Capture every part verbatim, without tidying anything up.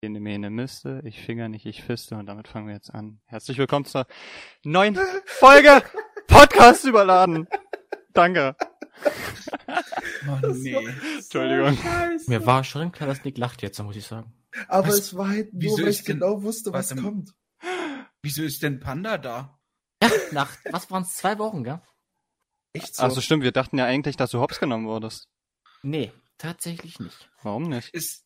Ene Mene Miste, ich finger nicht, ich fiste und damit fangen wir jetzt an. Herzlich willkommen zur neuen Folge Podcast überladen. Danke. Oh nee. Entschuldigung. So Mir war schon klar, dass Nick lacht jetzt, muss ich sagen. Aber was, es war halt nur, weil ich denn, genau wusste, was, was kommt. Wieso ist denn Panda da? Ja, nach, was waren es, zwei Wochen, gell? Echt so? Also stimmt, wir dachten ja eigentlich, dass du hops genommen wurdest. Nee, tatsächlich nicht. Warum nicht? Ist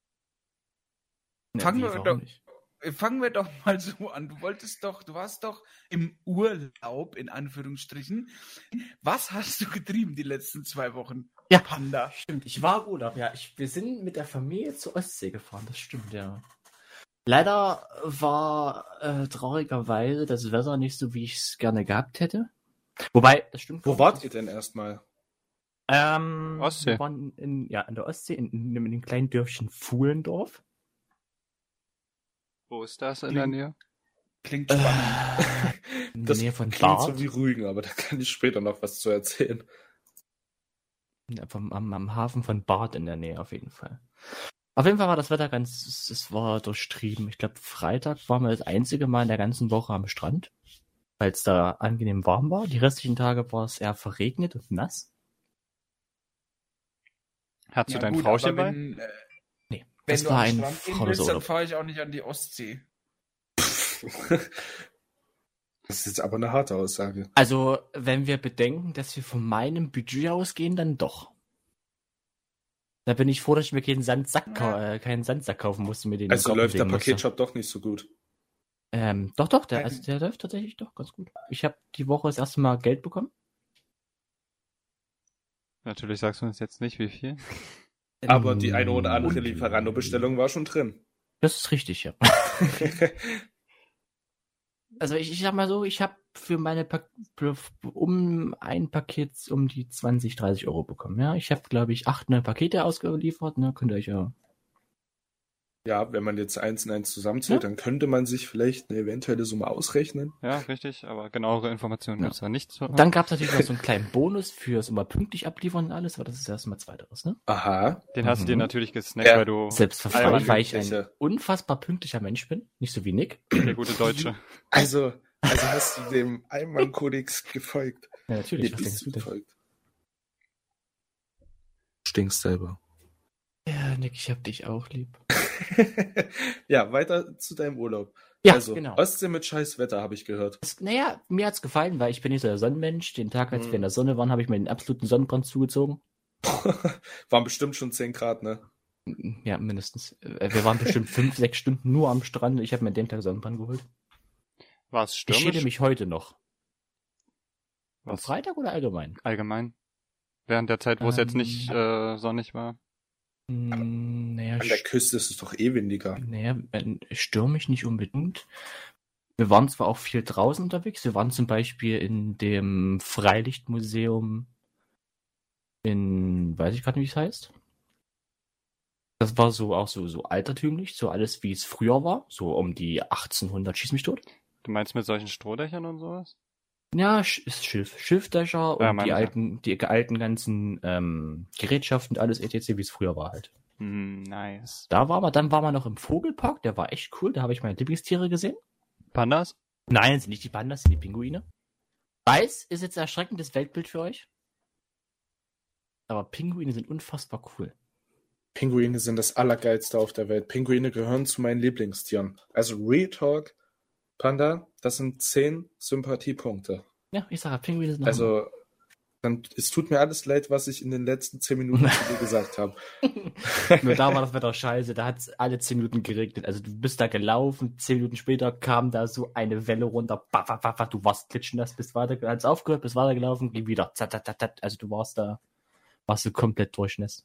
Ja, fangen, wir doch, nicht? fangen wir doch mal so an. Du wolltest doch, du warst doch im Urlaub, in Anführungsstrichen. Was hast du getrieben die letzten zwei Wochen? Ja, Panda. Stimmt, ich war im Urlaub, ja. Ich, wir sind mit der Familie zur Ostsee gefahren, das stimmt, ja. Leider war äh, traurigerweise das Wetter nicht so, wie ich es gerne gehabt hätte. Wobei, das stimmt. Wo wart ihr denn erstmal? Ähm, Ostsee. Wir waren in, ja, an der Ostsee, in, in, in dem kleinen Dörfchen Fuhlendorf. Wo ist das in klingt, der Nähe? Klingt spannend. Äh, in der Nähe von klingt Bad. So wie Rügen, aber da kann ich später noch was zu erzählen. Ja, vom, am, am Hafen von Bad in der Nähe auf jeden Fall. Auf jeden Fall war das Wetter ganz, es, es war durchtrieben. Ich glaube, Freitag waren wir das einzige Mal in der ganzen Woche am Strand, weil es da angenehm warm war. Die restlichen Tage war es eher verregnet und nass. Hattest ja, du dein gut, Frauchen bei? Wenn, äh, nee, wenn das du war ein Frau willst, dann fahre ich auch nicht an die Ostsee. Das ist jetzt aber eine harte Aussage. Also, wenn wir bedenken, dass wir von meinem Budget ausgehen, dann doch. Da bin ich froh, dass ich mir keinen Sandsack, ja. äh, keinen Sandsack kaufen musste. Mir den also läuft der Paketshop doch nicht so gut. Ähm, doch, doch, der, also der läuft tatsächlich doch ganz gut. Ich habe die Woche das erste Mal Geld bekommen. Natürlich sagst du uns jetzt nicht, wie viel. Aber die eine oder andere Lieferando-Bestellung war schon drin. Das ist richtig, ja. Also ich, ich sag mal so, ich habe für meine pa- um ein Paket um die zwanzig, dreißig Euro bekommen. Ja, ich habe, glaube ich, acht, neun Pakete ausgeliefert. Ne, könnt ihr euch ja... Ja, wenn man jetzt eins und eins zusammenzählt, ja. Dann könnte man sich vielleicht eine eventuelle Summe ausrechnen. Ja, richtig, aber genauere Informationen ja. Gibt's da nicht. So. Dann gab's natürlich noch so einen kleinen Bonus fürs immer pünktlich abliefern und alles, aber das ist erstmal zweiteres, ne? Aha. Den hast mhm. du dir natürlich gesnackt, ja. weil du... Selbstverständlich, weil ich ein unfassbar pünktlicher Mensch bin. Nicht so wie Nick. Der gute Deutsche. Also, also hast du dem Einmann-Kodex gefolgt. Ja, natürlich. Nee, was denkst du gefolgt? Stinkst selber. Ja, Nick, ich hab dich auch lieb. Ja, weiter zu deinem Urlaub. Ja, also, genau. Ostsee mit scheiß Wetter, habe ich gehört. Das, naja, mir hat's gefallen, weil ich bin nicht so der Sonnenmensch. Den Tag, als hm. wir in der Sonne waren, habe ich mir den absoluten Sonnenbrand zugezogen. Waren bestimmt schon zehn Grad, ne? Ja, mindestens. Wir waren bestimmt fünf, sechs Stunden nur am Strand. Ich habe mir den Tag Sonnenbrand geholt. War es stürmisch? Ich schäle mich heute noch. Was? Am Freitag oder allgemein? Allgemein. Während der Zeit, wo ähm, es jetzt nicht äh, sonnig war. Naja, an der Küste ist es doch eh windiger. Naja, stürmisch nicht unbedingt. Wir waren zwar auch viel draußen unterwegs. Wir waren zum Beispiel in dem Freilichtmuseum in, weiß ich gerade nicht, wie es heißt. Das war so auch so, so altertümlich, so alles wie es früher war. So um die achtzehnhundert, schieß mich tot. Du meinst mit solchen Strohdächern und sowas? Ja, ist Schilf, Schilfdächer und ja, die alten, die alten ganzen ähm, Gerätschaften und alles et cetera, wie es früher war halt. Mm, nice. Da war man, dann war man noch im Vogelpark, der war echt cool, da habe ich meine Lieblingstiere gesehen. Pandas? Nein, sind nicht die Pandas, sind die Pinguine. Weiß ist jetzt ein erschreckendes Weltbild für euch. Aber Pinguine sind unfassbar cool. Pinguine sind das Allergeilste auf der Welt. Pinguine gehören zu meinen Lieblingstieren. Also Real Talk, Panda, das sind zehn Sympathiepunkte. Ja, ich sage, Pinguine sind Also, dann, es tut mir alles leid, was ich in den letzten zehn Minuten zu dir gesagt habe. Nur da war das Wetter scheiße, da hat es alle zehn Minuten geregnet. Also du bist da gelaufen, zehn Minuten später kam da so eine Welle runter, baff, baff, baff, du warst klitschnass, bist weiter, hat's aufgehört, bist weitergelaufen, ging wieder, zat, zat, zat, also du warst da, warst du komplett durchnässt.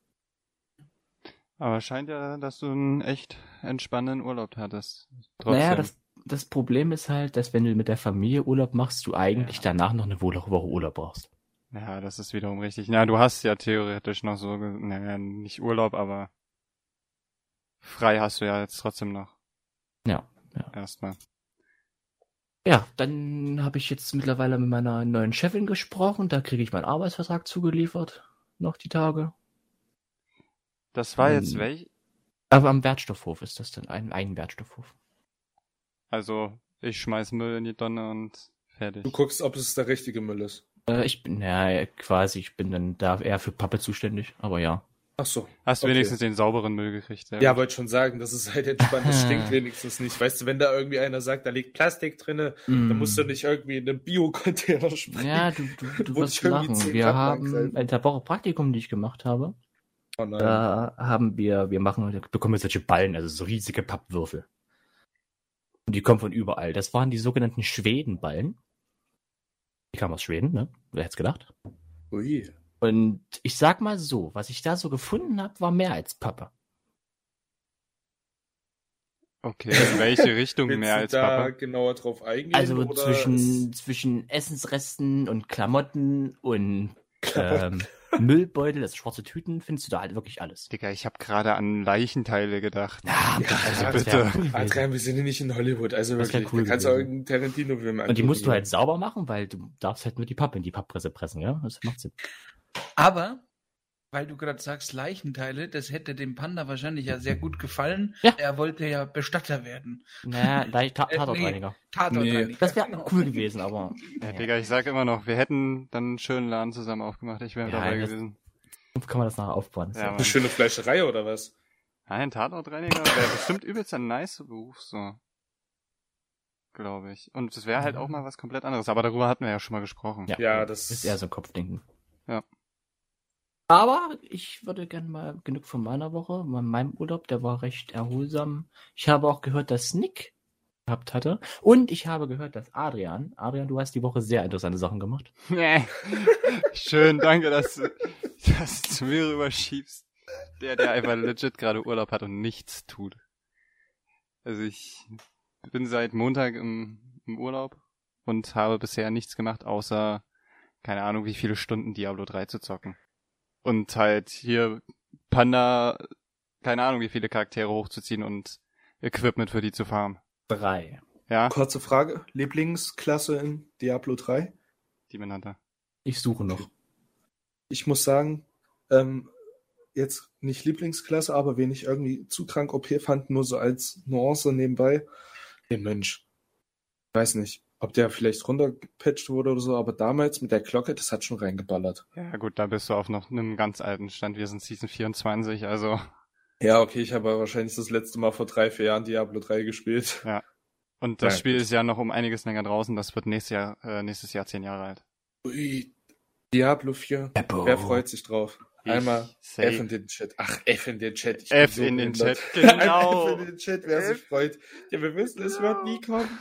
Aber scheint ja, dass du einen echt entspannenden Urlaub hattest. Trotzdem. Naja, das Das Problem ist halt, dass wenn du mit der Familie Urlaub machst, du eigentlich ja. danach noch eine Woche Urlaub brauchst. Ja, das ist wiederum richtig. Na, du hast ja theoretisch noch so, naja, nicht Urlaub, aber frei hast du ja jetzt trotzdem noch. Ja, ja. Erstmal. Ja, dann habe ich jetzt mittlerweile mit meiner neuen Chefin gesprochen, da kriege ich meinen Arbeitsvertrag zugeliefert, noch die Tage. Das war jetzt welch? Aber am Wertstoffhof ist das dann ein, ein Wertstoffhof. Also, ich schmeiß Müll in die Tonne und fertig. Du guckst, ob es der richtige Müll ist. Äh, ich bin, ja, quasi, ich bin dann da eher für Pappe zuständig, aber ja. Ach so. Hast du okay. wenigstens den sauberen Müll gekriegt? Ja, ja wollte schon sagen, das ist halt entspannt, das stinkt wenigstens nicht. Weißt du, wenn da irgendwie einer sagt, da liegt Plastik drinne, mm. dann musst du nicht irgendwie in einen Bio-Container springen. Ja, du, du, du wirst lachen. Wir haben in der Woche Praktikum, die ich gemacht habe, oh nein. Da haben wir, wir machen, da bekommen wir solche Ballen, also so riesige Pappwürfel. Und die kommen von überall. Das waren die sogenannten Schwedenballen. Die kamen aus Schweden, ne? Wer hätte es gedacht? Ui. Und ich sag mal so, was ich da so gefunden habe, war mehr als Pappe. Okay, in welche Richtung mehr als da Pappe? Genauer drauf eingehen? Also oder zwischen, zwischen Essensresten und Klamotten und ähm, Müllbeutel, das schwarze Tüten, findest du da halt wirklich alles. Digga, ich habe gerade an Leichenteile gedacht. Ja, ja also bitte. Cool Adrian, wir sind ja nicht in Hollywood, also das wirklich, cool du kannst auch irgendeinen Tarantino-Film Und die musst du halt sauber machen, weil du darfst halt nur die Pappe in die Papppresse pressen, ja? Das macht Sinn. Aber, weil du gerade sagst Leichenteile, das hätte dem Panda wahrscheinlich ja sehr gut gefallen. Ja. Er wollte ja Bestatter werden. Naja, Ta- Tatortreiniger. Nee, Tatortreiniger. Nee. Das wäre cool gewesen, aber... Ja, ja, Digga, ich sag immer noch, wir hätten dann einen schönen Laden zusammen aufgemacht, ich wäre ja, dabei das, gewesen. Kann man das nachher aufbauen. Ja, eine schöne Fleischerei oder was? Nein, Tatortreiniger wäre bestimmt übelst ein nice Beruf, so. Glaube ich. Und es wäre halt auch mal was komplett anderes, aber darüber hatten wir ja schon mal gesprochen. Ja, ja das ist eher so ein Kopfdenken. Ja. Aber ich würde gerne mal genug von meiner Woche, von meinem Urlaub, der war recht erholsam. Ich habe auch gehört, dass Nick gehabt hatte. Und ich habe gehört, dass Adrian, Adrian, du hast die Woche sehr interessante Sachen gemacht. Schön, danke, dass du das zu mir rüberschiebst. Der, der einfach legit gerade Urlaub hat und nichts tut. Also ich bin seit Montag im, im Urlaub und habe bisher nichts gemacht, außer, keine Ahnung, wie viele Stunden Diablo drei zu zocken. Und halt hier Panda, keine Ahnung, wie viele Charaktere hochzuziehen und Equipment für die zu farmen. Drei. Ja? Kurze Frage, Lieblingsklasse in Diablo drei? Demon Hunter. Ich suche noch. Ich muss sagen, ähm, jetzt nicht Lieblingsklasse, aber wen ich irgendwie zu krank O P fand, nur so als Nuance nebenbei, der Mönch. Ich weiß nicht, ob der vielleicht runtergepatcht wurde oder so, aber damals mit der Glocke, das hat schon reingeballert. Ja gut, da bist du auf noch einem ganz alten Stand. Wir sind Season vierundzwanzig, also... Ja, okay, ich habe wahrscheinlich das letzte Mal vor drei, vier Jahren Diablo drei gespielt. Ja. Und das ja, Spiel gut. ist ja noch um einiges länger draußen. Das wird nächstes Jahr, äh, nächstes Jahr zehn Jahre alt. Ui, Diablo vier. Eppo. Wer freut sich drauf? Ich Einmal say. F in den Chat. Ach, F in den Chat. Ich F bin so in den behindert. Chat, genau. F in den Chat, wer sich freut. Ja, wir wissen, es wird nie kommen.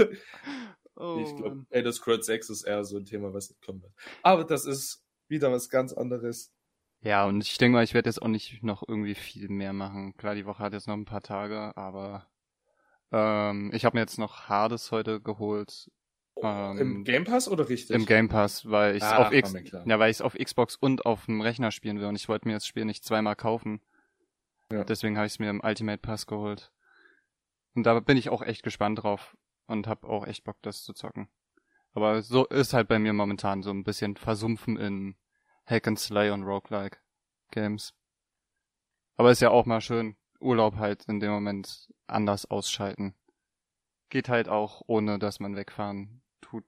Oh, ich glaube, Elder Scrolls sechs ist eher so ein Thema, was nicht kommen wird. Aber das ist wieder was ganz anderes. Ja, und ich denke mal, ich werde jetzt auch nicht noch irgendwie viel mehr machen. Klar, die Woche hat jetzt noch ein paar Tage, aber ähm, ich habe mir jetzt noch Hades heute geholt. Ähm, Im Game Pass oder richtig? Im Game Pass, weil ich ah, auf X, klar. ja, weil ich es auf Xbox und auf dem Rechner spielen will und ich wollte mir das Spiel nicht zweimal kaufen. Ja. Deswegen habe ich es mir im Ultimate Pass geholt. Und da bin ich auch echt gespannt drauf und habe auch echt Bock, das zu zocken. Aber so ist halt bei mir momentan so ein bisschen versumpfen in Hack and Slay und Roguelike Games. Aber ist ja auch mal schön, Urlaub halt in dem Moment anders ausschalten. Geht halt auch, ohne dass man wegfahren tut.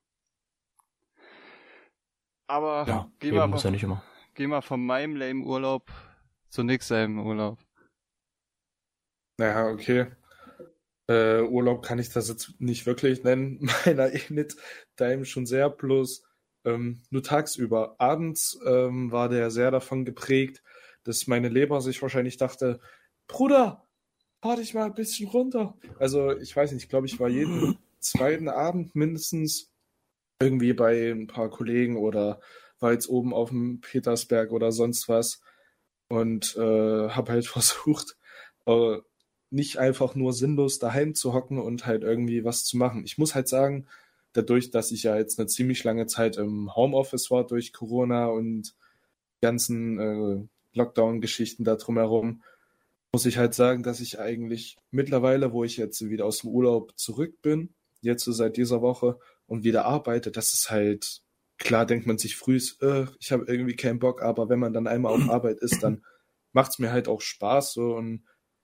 Aber Ja, geh, eben mal muss von, ja nicht immer. geh mal von meinem lame Urlaub zu nix lame Urlaub. Naja, okay. Äh, Urlaub kann ich das jetzt nicht wirklich nennen. Meiner eh nicht. Deinem schon sehr. Bloß ähm, nur tagsüber. Abends ähm, war der sehr davon geprägt, dass meine Leber sich wahrscheinlich dachte, Bruder, fahr dich mal ein bisschen runter. Also ich weiß nicht, ich glaube, ich war jeden zweiten Abend mindestens irgendwie bei ein paar Kollegen oder war jetzt oben auf dem Petersberg oder sonst was und äh, habe halt versucht, äh, nicht einfach nur sinnlos daheim zu hocken und halt irgendwie was zu machen. Ich muss halt sagen, dadurch, dass ich ja jetzt eine ziemlich lange Zeit im Homeoffice war durch Corona und die ganzen äh, Lockdown-Geschichten da drumherum, muss ich halt sagen, dass ich eigentlich mittlerweile, wo ich jetzt wieder aus dem Urlaub zurück bin, jetzt so seit dieser Woche und wieder arbeite, das ist halt, klar denkt man sich früh, äh, ich habe irgendwie keinen Bock, aber wenn man dann einmal auf Arbeit ist, dann macht es mir halt auch Spaß so und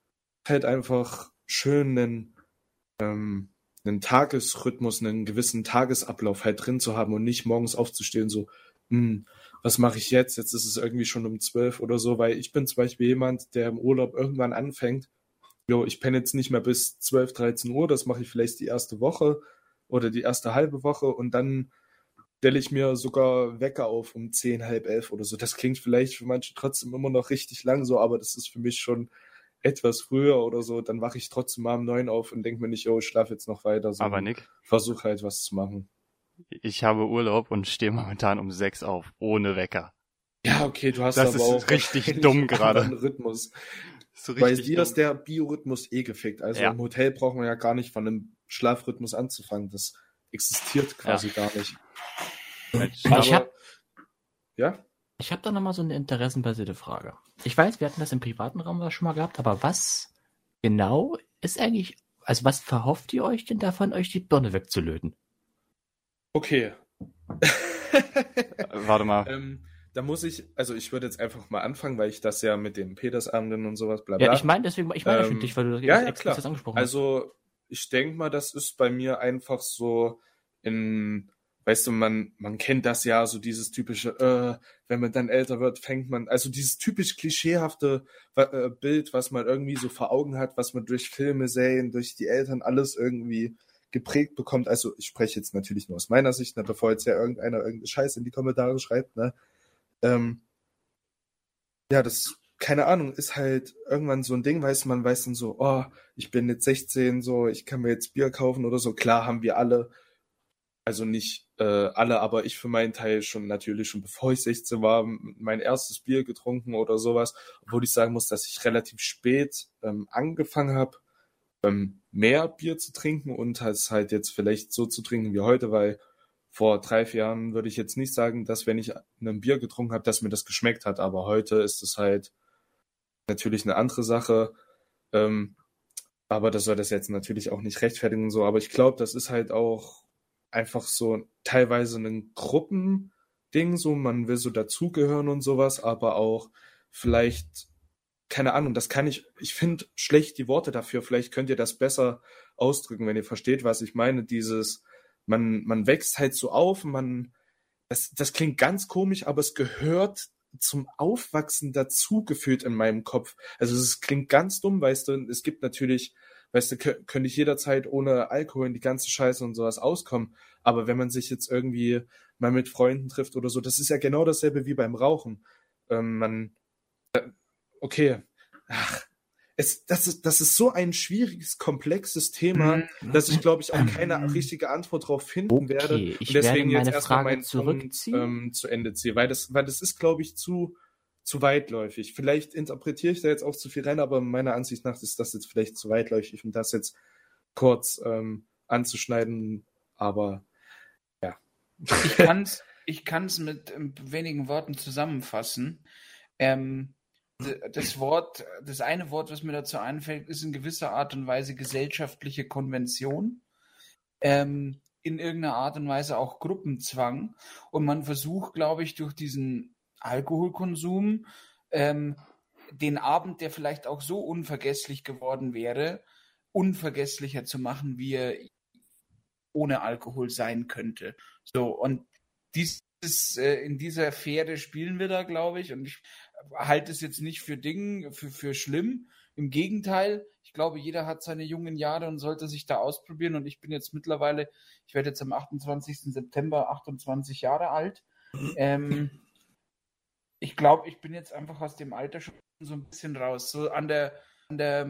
halt einfach schön einen, ähm, einen Tagesrhythmus, einen gewissen Tagesablauf halt drin zu haben und nicht morgens aufzustehen so, hm, was mache ich jetzt? Jetzt ist es irgendwie schon um zwölf oder so, weil ich bin zum Beispiel jemand, der im Urlaub irgendwann anfängt, jo, ich penne jetzt nicht mehr bis zwölf, dreizehn Uhr, das mache ich vielleicht die erste Woche oder die erste halbe Woche und dann stelle ich mir sogar Wecker auf um zehn, halb elf oder so. Das klingt vielleicht für manche trotzdem immer noch richtig lang so, aber das ist für mich schon etwas früher oder so. Dann wache ich trotzdem mal um neun auf und denke mir nicht, oh, ich schlafe jetzt noch weiter. So, aber Nick, versuche halt was zu machen. Ich habe Urlaub und stehe momentan um sechs auf, ohne Wecker. Ja, okay, du hast das aber auch richtig dumm gerade. einen Rhythmus. So Weil dir ist der Biorhythmus eh gefickt. Also ja. im Hotel braucht man ja gar nicht von einem Schlafrhythmus anzufangen. Das existiert quasi ja. gar nicht. Aber, ich habe ja? Ich habe da nochmal so eine interessenbasierte Frage. Ich weiß, wir hatten das im privaten Raum schon mal gehabt, aber was genau ist eigentlich, also was verhofft ihr euch denn davon, euch die Birne wegzulöten? Okay. Warte mal. Ähm, da muss ich, also ich würde jetzt einfach mal anfangen, weil ich das ja mit den Petersabenden und sowas bla bla. Ja, ich meine deswegen, ich meine ähm, für dich, weil du ja, ja, extra das angesprochen hast. Also ich denke mal, das ist bei mir einfach so in, weißt du, man, man kennt das ja, so dieses typische, äh, wenn man dann älter wird, fängt man, also dieses typisch klischeehafte äh, Bild, was man irgendwie so vor Augen hat, was man durch Filme, Serien, durch die Eltern alles irgendwie geprägt bekommt. Also ich spreche jetzt natürlich nur aus meiner Sicht, ne, bevor jetzt ja irgendeiner irgendeine Scheiße in die Kommentare schreibt, ne. Ähm, ja, das, keine Ahnung, ist halt irgendwann so ein Ding, weiß man, weiß dann so, oh, ich bin jetzt sechzehn, so, ich kann mir jetzt Bier kaufen oder so. Klar haben wir alle, also nicht äh, alle, aber ich für meinen Teil schon natürlich schon bevor ich sechzehn war, mein erstes Bier getrunken oder sowas, obwohl ich sagen muss, dass ich relativ spät ähm, angefangen habe, ähm, mehr Bier zu trinken und es halt jetzt vielleicht so zu trinken wie heute, weil vor drei, vier Jahren würde ich jetzt nicht sagen, dass wenn ich ein Bier getrunken habe, dass mir das geschmeckt hat, aber heute ist es halt natürlich eine andere Sache, ähm, aber das soll das jetzt natürlich auch nicht rechtfertigen und so, aber ich glaube, das ist halt auch einfach so teilweise ein Gruppending, so man will so dazugehören und sowas, aber auch vielleicht, keine Ahnung, das kann ich, ich finde schlecht die Worte dafür, vielleicht könnt ihr das besser ausdrücken, wenn ihr versteht, was ich meine, dieses, man, man wächst halt so auf, man, das, das klingt ganz komisch, aber es gehört zum Aufwachsen dazu gefühlt in meinem Kopf. Also es klingt ganz dumm, weißt du, es gibt natürlich, weißt du, k- könnte ich jederzeit ohne Alkohol in die ganze Scheiße und sowas auskommen, aber wenn man sich jetzt irgendwie mal mit Freunden trifft oder so, das ist ja genau dasselbe wie beim Rauchen. Ähm, man, äh, okay, ach, es, das ist, das ist so ein schwieriges, komplexes Thema, mhm. dass ich, glaube ich, auch keine mhm. richtige Antwort drauf finden okay, werde. Ich und deswegen werde meine jetzt erstmal Frage meinen zurückziehen. Punkt ähm, zu Ende ziehe, weil das, weil das ist, glaube ich, zu, zu weitläufig. Vielleicht interpretiere ich da jetzt auch zu viel rein, aber meiner Ansicht nach ist das jetzt vielleicht zu weitläufig, um das jetzt kurz ähm, anzuschneiden, aber ja. Ich kann's, ich kann's mit wenigen Worten zusammenfassen. Ähm, Das Wort, das eine Wort, was mir dazu einfällt, ist in gewisser Art und Weise gesellschaftliche Konvention, ähm, in irgendeiner Art und Weise auch Gruppenzwang, und man versucht, glaube ich, durch diesen Alkoholkonsum ähm, den Abend, der vielleicht auch so unvergesslich geworden wäre, unvergesslicher zu machen, wie er ohne Alkohol sein könnte. So, und dieses, äh, in dieser Fähre spielen wir da, glaube ich, und ich halte es jetzt nicht für Ding, für, für schlimm. Im Gegenteil, ich glaube, jeder hat seine jungen Jahre und sollte sich da ausprobieren. Und ich bin jetzt mittlerweile, ich werde jetzt am achtundzwanzigsten September achtundzwanzig Jahre alt. Ähm, ich glaube, ich bin jetzt einfach aus dem Alter schon so ein bisschen raus. So an der, an der,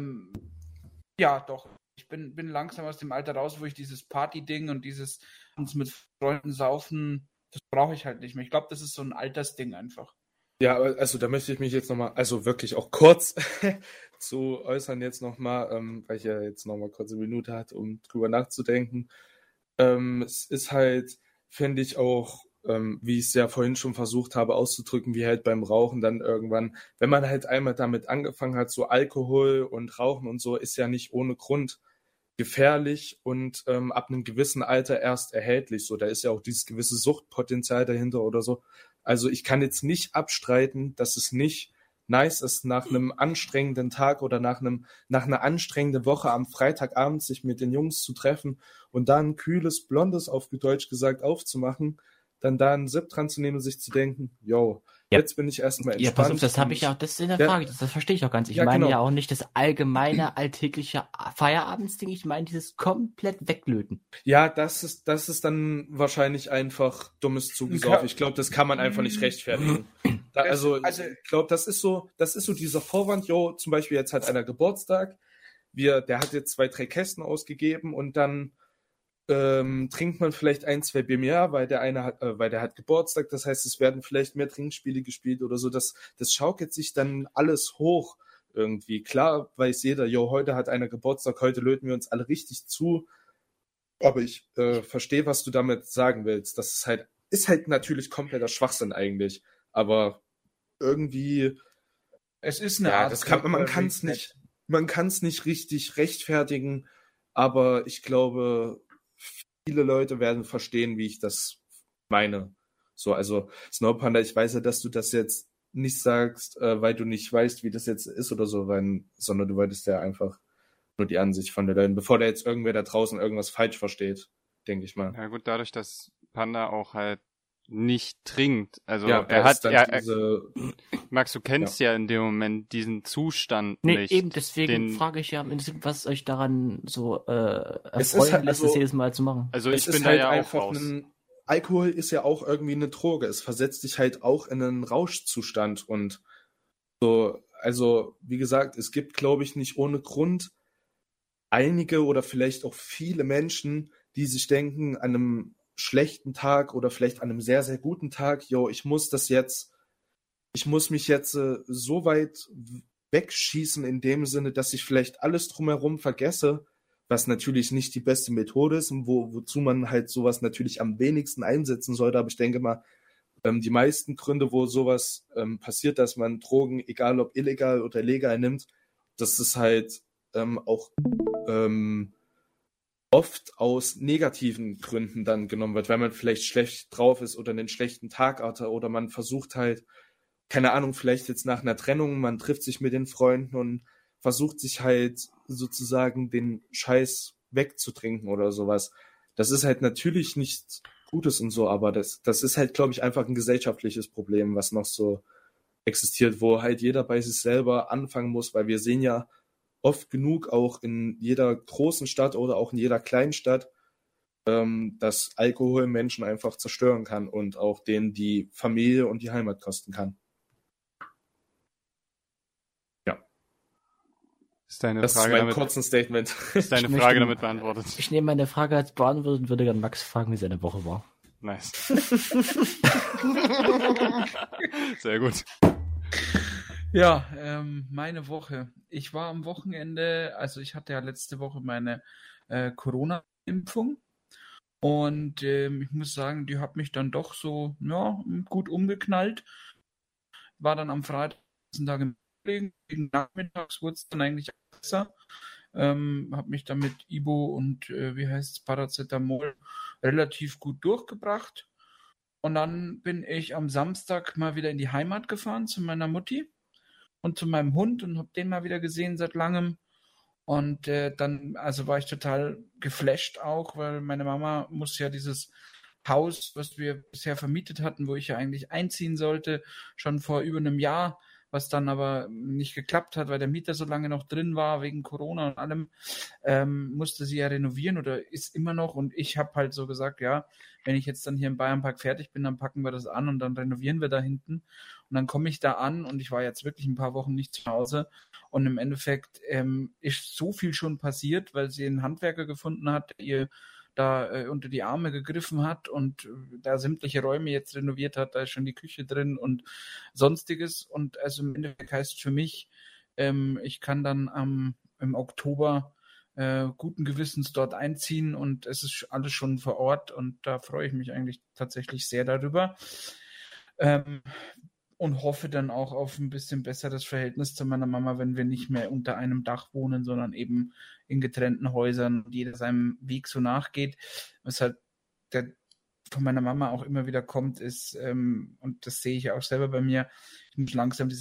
ja doch, ich bin, bin langsam aus dem Alter raus, wo ich dieses Party-Ding und dieses uns mit Freunden saufen, das brauche ich halt nicht mehr. Ich glaube, das ist so ein Altersding einfach. Ja, also da möchte ich mich jetzt nochmal, also wirklich auch kurz zu äußern jetzt nochmal, ähm, weil ich ja jetzt nochmal kurz eine Minute hatte, um drüber nachzudenken. Ähm, es ist halt, finde ich auch, ähm, wie ich es ja vorhin schon versucht habe auszudrücken, wie halt beim Rauchen dann irgendwann, wenn man halt einmal damit angefangen hat, so Alkohol und Rauchen und so, ist ja nicht ohne Grund gefährlich und ähm, ab einem gewissen Alter erst erhältlich. So, da ist ja auch dieses gewisse Suchtpotenzial dahinter oder so. Also ich kann jetzt nicht abstreiten, dass es nicht nice ist, nach einem anstrengenden Tag oder nach einem nach einer anstrengenden Woche am Freitagabend sich mit den Jungs zu treffen und dann ein kühles Blondes, auf gut Deutsch gesagt, aufzumachen, dann da einen Sip dran zu nehmen und sich zu denken, yo, ja. jetzt bin ich erstmal entspannt. Ja, pass auf, das habe ich auch, das ist in der ja, Frage, das, das verstehe ich auch ganz. Ich ja, meine genau. ja auch nicht das allgemeine, alltägliche Feierabendsding, ich meine dieses komplett weglöten. Ja, das ist, das ist dann wahrscheinlich einfach dummes Zugesaufen. Ich glaube, das kann man einfach nicht rechtfertigen. Da, also, also, ich glaube, das ist so, das ist so dieser Vorwand, yo, zum Beispiel jetzt hat einer Geburtstag, wir, der hat jetzt zwei, drei Kästen ausgegeben und dann ähm, trinkt man vielleicht ein, zwei Bier mehr, weil der eine hat, äh, weil der hat Geburtstag, das heißt, es werden vielleicht mehr Trinkspiele gespielt oder so, das, das schaukelt sich dann alles hoch irgendwie. Klar weiß jeder, yo, heute hat einer Geburtstag, heute löten wir uns alle richtig zu, aber ich äh, verstehe, was du damit sagen willst. Das ist halt, ist halt natürlich kompletter Schwachsinn eigentlich, aber irgendwie, es ist eine ja, Art, das kann, man kann es nicht, man kann es nicht richtig rechtfertigen, aber ich glaube, viele Leute werden verstehen, wie ich das meine. So, also Snow Panda, ich weiß ja, dass du das jetzt nicht sagst, äh, weil du nicht weißt, wie das jetzt ist oder so, weil, sondern du wolltest ja einfach nur die Ansicht von den Leuten, bevor da jetzt irgendwer da draußen irgendwas falsch versteht, denke ich mal. Ja gut, dadurch, dass Panda auch halt nicht trinkt. Also ja, er hat ja, diese, Max, du kennst ja. ja in dem Moment diesen Zustand nee, nicht. Eben, deswegen den, frage ich ja, was euch daran so äh, erfreuen halt, lässt, also, das jedes Mal zu machen. Also ich bin ist da halt ja einfach auch raus. Ein, Alkohol ist ja auch irgendwie eine Droge. Es versetzt dich halt auch in einen Rauschzustand und so, also wie gesagt, es gibt, glaube ich, nicht ohne Grund einige oder vielleicht auch viele Menschen, die sich denken, an einem schlechten Tag oder vielleicht an einem sehr, sehr guten Tag, yo, ich muss das jetzt, ich muss mich jetzt äh, so weit wegschießen in dem Sinne, dass ich vielleicht alles drumherum vergesse, was natürlich nicht die beste Methode ist und wo, wozu man halt sowas natürlich am wenigsten einsetzen sollte, aber ich denke mal, ähm, die meisten Gründe, wo sowas ähm, passiert, dass man Drogen, egal ob illegal oder legal nimmt, das ist halt ähm, auch ähm, oft aus negativen Gründen dann genommen wird, weil man vielleicht schlecht drauf ist oder einen schlechten Tag hatte oder man versucht halt, keine Ahnung, vielleicht jetzt nach einer Trennung, man trifft sich mit den Freunden und versucht sich halt sozusagen den Scheiß wegzutrinken oder sowas. Das ist halt natürlich nichts Gutes und so, aber das, das ist halt, glaube ich, einfach ein gesellschaftliches Problem, was noch so existiert, wo halt jeder bei sich selber anfangen muss, weil wir sehen ja oft genug auch in jeder großen Stadt oder auch in jeder kleinen Stadt, ähm, dass Alkohol Menschen einfach zerstören kann und auch denen die Familie und die Heimat kosten kann. Ja. Ist deine das Frage ist mein damit, kurzen Statement. Ist deine ich Frage möchte, damit beantwortet? Ich nehme meine Frage als beantwortet und würde gerne Max fragen, wie seine Woche war. Nice. Sehr gut. Ja, ähm, meine Woche. Ich war am Wochenende, also ich hatte ja letzte Woche meine äh, Corona-Impfung und ähm, ich muss sagen, die hat mich dann doch so ja, gut umgeknallt. War dann am Freitag den Tag im Leben, gegen nachmittags wurde es dann eigentlich besser. Ähm, habe mich dann mit Ibo und äh, wie heißt es, Paracetamol relativ gut durchgebracht. Und dann bin ich am Samstag mal wieder in die Heimat gefahren zu meiner Mutti und zu meinem Hund und habe den mal wieder gesehen seit langem. Und äh, dann, also war ich total geflasht auch, weil meine Mama muss ja dieses Haus, was wir bisher vermietet hatten, wo ich ja eigentlich einziehen sollte, schon vor über einem Jahr, was dann aber nicht geklappt hat, weil der Mieter so lange noch drin war, wegen Corona und allem, ähm, musste sie ja renovieren oder ist immer noch. Und ich habe halt so gesagt, ja, wenn ich jetzt dann hier im Bayernpark fertig bin, dann packen wir das an und dann renovieren wir da hinten. Und dann komme ich da an und ich war jetzt wirklich ein paar Wochen nicht zu Hause. Und im Endeffekt ähm, ist so viel schon passiert, weil sie einen Handwerker gefunden hat, der ihr da äh, unter die Arme gegriffen hat und äh, da sämtliche Räume jetzt renoviert hat, da ist schon die Küche drin und sonstiges. Und also im Endeffekt heißt für mich, ähm, ich kann dann am, im Oktober äh, guten Gewissens dort einziehen und es ist alles schon vor Ort und da freue ich mich eigentlich tatsächlich sehr darüber. Ähm, und hoffe dann auch auf ein bisschen besseres Verhältnis zu meiner Mama, wenn wir nicht mehr unter einem Dach wohnen, sondern eben in getrennten Häusern und jeder seinem Weg so nachgeht. Was halt der von meiner Mama auch immer wieder kommt, ist, ähm, und das sehe ich auch selber bei mir, ich muss langsam dieses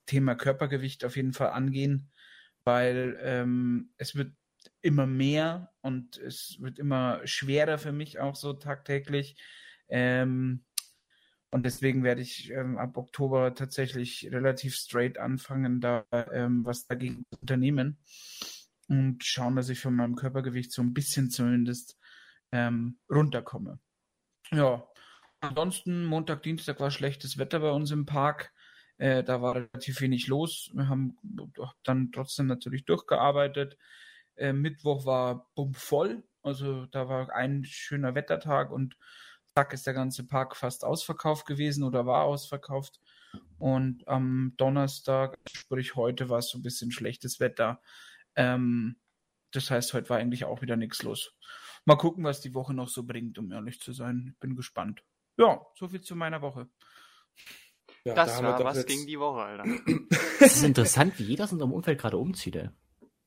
Thema Körpergewicht auf jeden Fall angehen, weil ähm, es wird immer mehr und es wird immer schwerer für mich auch so tagtäglich. Ähm, und deswegen werde ich ähm, ab Oktober tatsächlich relativ straight anfangen, da ähm, was dagegen zu unternehmen und schauen, dass ich von meinem Körpergewicht so ein bisschen zumindest ähm, runterkomme. Ja, ansonsten Montag, Dienstag war schlechtes Wetter bei uns im Park. Äh, da war relativ wenig los. Wir haben dann trotzdem natürlich durchgearbeitet. Äh, Mittwoch war bummvoll. Also da war ein schöner Wettertag und zack ist der ganze Park fast ausverkauft gewesen oder war ausverkauft. Und am Donnerstag, sprich heute, war es so ein bisschen schlechtes Wetter. Ähm, das heißt, heute war eigentlich auch wieder nichts los. Mal gucken, was die Woche noch so bringt, um ehrlich zu sein. Ich bin gespannt. Ja, soviel zu meiner Woche. Ja, das da war was jetzt... gegen die Woche, Alter. Es ist interessant, wie jeder aus unserem Umfeld gerade umzieht, ey.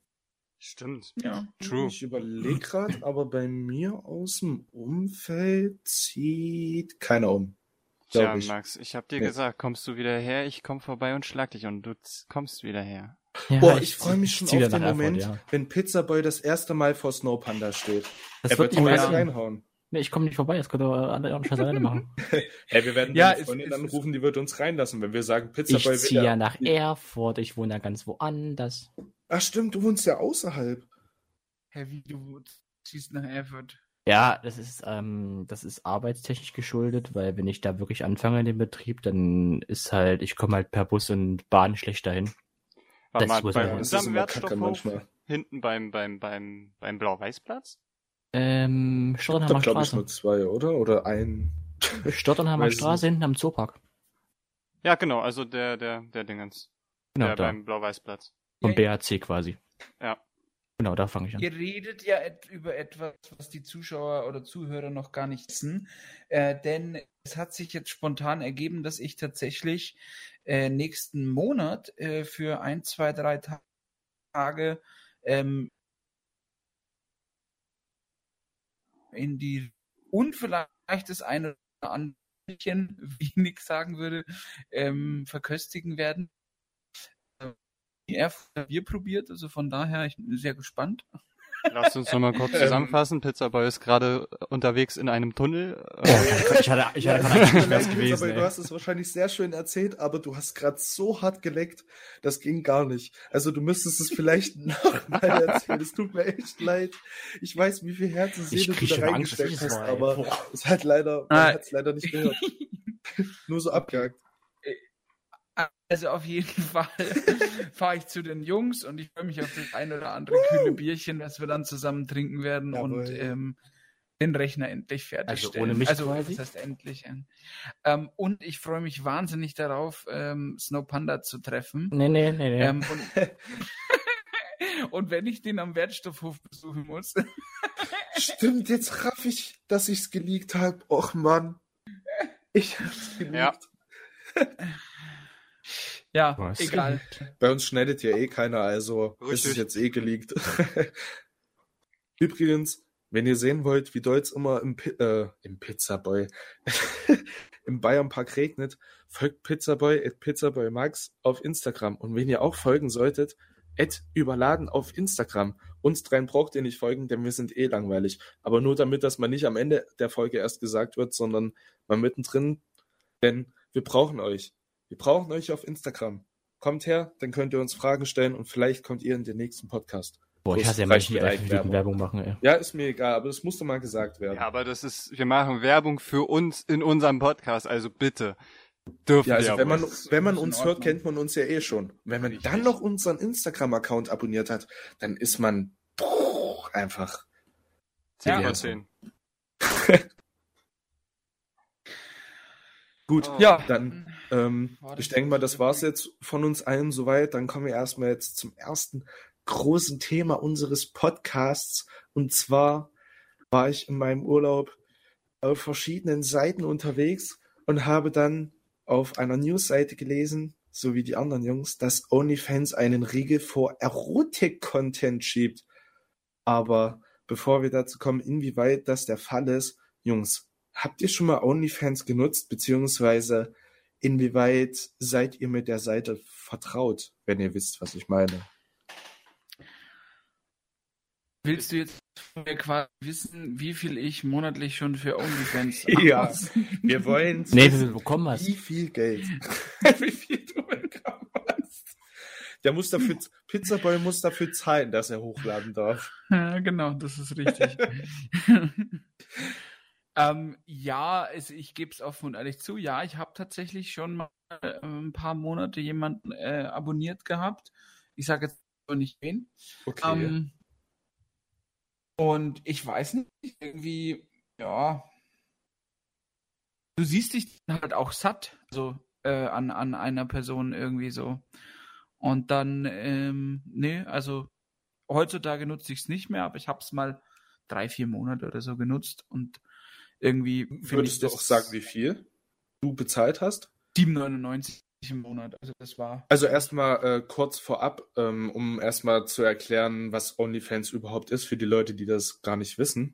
Stimmt. Ja. True. Ich überlege gerade, aber bei mir aus dem Umfeld zieht keiner um. Tja, ich. Max, ich hab dir ja. gesagt, kommst du wieder her, ich komm vorbei und schlag dich und du kommst wieder her. Ja, Boah, ich, ich freue mich schon auf den Moment, Erfurt, ja. wenn Pizzaboy das erste Mal vor Snow Panda steht. Das er wird wird nicht mal reinhauen. Nee, ich komme nicht vorbei, das könnte andere auch Scheiße alleine machen. Hey, wir werden ja, deine Freundin dann rufen, die wird uns reinlassen, wenn wir sagen, Pizzaboy Ich ziehe ja nach Erfurt, ich wohne ja ganz woanders. Ach stimmt, du wohnst ja außerhalb. Hä, wie du ziehst nach Erfurt? Ja, das ist, ähm, das ist arbeitstechnisch geschuldet, weil wenn ich da wirklich anfange in dem Betrieb, dann ist halt, ich komme halt per Bus und Bahn schlecht dahin. Warte mal, bei unserem Wertstoffhof hinten beim, beim, beim, beim Blau-Weiß-Platz? Ähm, Stottenheimer Straße. Ich nur zwei, oder? Oder ein... Stottenheimer Straße hinten am Zoopark. Ja, genau, also der, der, der Dingens. Genau, der da. beim Blau-Weiß-Platz. Vom B H C quasi. Ja. Genau, da fange ich an. Ihr redet ja et- über etwas, was die Zuschauer oder Zuhörer noch gar nicht wissen, äh, denn es hat sich jetzt spontan ergeben, dass ich tatsächlich äh, nächsten Monat äh, für ein, zwei, drei Ta- Tage ähm, in die und vielleicht das eine oder andere, wie Nick sagen würde, ähm, verköstigen werden. Erfurter Bier probiert, also von daher, ich bin sehr gespannt. Lass uns nochmal kurz zusammenfassen. Pizzaboy ist gerade unterwegs in einem Tunnel. ich hatte, ich hatte gerade nicht mehr gewesen. Pizzaboy, du hast es wahrscheinlich sehr schön erzählt, aber du hast gerade so hart geleckt, das ging gar nicht. Also du müsstest es vielleicht nochmal erzählen. Es tut mir echt leid. Ich weiß, wie viel Herzenseele du da reingesteckt hast, aber Boah. es hat leider, man hat es leider nicht gehört. Nur so abgehakt. Also auf jeden Fall fahre ich zu den Jungs und ich freue mich auf das ein oder andere kühle Bierchen, das wir dann zusammen trinken werden Jawohl. und ähm, den Rechner endlich fertigstellen. Also ohne mich also, quasi? Das heißt endlich. Ähm, und ich freue mich wahnsinnig darauf, ähm, Snow Panda zu treffen. Nee, nee, nee, nee. Ähm, und, und wenn ich den am Wertstoffhof besuchen muss. Stimmt, jetzt raff ich, dass ich es geleakt habe. Och Mann. Ich hab's geleakt. Ja. Ja, Was? egal. Bei uns schneidet ja eh keiner, also ist es jetzt eh geleakt. Übrigens, wenn ihr sehen wollt, wie Deutsch immer im, Pi- äh, im Pizzaboy im Bayernpark regnet, folgt Pizzaboy at pizzaboymax auf Instagram. Und wenn ihr auch folgen solltet, at überladen auf Instagram. Uns dreien braucht ihr nicht folgen, denn wir sind eh langweilig. Aber nur damit, dass man nicht am Ende der Folge erst gesagt wird, sondern mal mittendrin, denn wir brauchen euch. Wir brauchen euch auf Instagram. Kommt her, dann könnt ihr uns Fragen stellen und vielleicht kommt ihr in den nächsten Podcast. Boah, ich hasse ja manchmal die Werbung. Werbung machen, ey. Ja, ist mir egal, aber das musste mal gesagt werden. Ja, aber das ist, wir machen Werbung für uns in unserem Podcast, also bitte. Dürfen ja, also wir wenn man, wenn man uns hört, kennt man uns ja eh schon. Wenn man Richtig. dann noch unseren Instagram-Account abonniert hat, dann ist man boah, einfach zehn von zehn. Gut, oh. ja, dann ähm, ich denke mal, das war's jetzt von uns allen soweit. Dann kommen wir erstmal jetzt zum ersten großen Thema unseres Podcasts. Und zwar war ich in meinem Urlaub auf verschiedenen Seiten unterwegs und habe dann auf einer Newsseite gelesen, so wie die anderen Jungs, dass OnlyFans einen Riegel vor Erotik-Content schiebt. Aber bevor wir dazu kommen, inwieweit das der Fall ist, Jungs, habt ihr schon mal OnlyFans genutzt, beziehungsweise inwieweit seid ihr mit der Seite vertraut, wenn ihr wisst, was ich meine? Willst du jetzt von mir quasi wissen, wie viel ich monatlich schon für OnlyFans Ja, wir wollen nee, wie viel bekommen hast. Wie viel Geld? Wie viel du bekommen hast? Der muss dafür, Pizzaboy muss dafür zahlen, dass er hochladen darf. Ja, genau, das ist richtig. ähm, ja, also ich gebe es offen und ehrlich zu, ja, ich habe tatsächlich schon mal äh, ein paar Monate jemanden äh, abonniert gehabt. Ich sage jetzt nicht wen. Okay. Ähm, Und ich weiß nicht, irgendwie, ja, du siehst dich halt auch satt, also äh, an, an einer Person irgendwie so. Und dann, ähm, nee, also heutzutage nutze ich es nicht mehr, aber ich habe es mal drei, vier Monate oder so genutzt und irgendwie finde Würdest ich du das auch sagen, wie viel du bezahlt hast? sieben neunundneunzig im Monat, also das war... Also erstmal äh, kurz vorab, ähm, um erstmal zu erklären, was OnlyFans überhaupt ist, für die Leute, die das gar nicht wissen.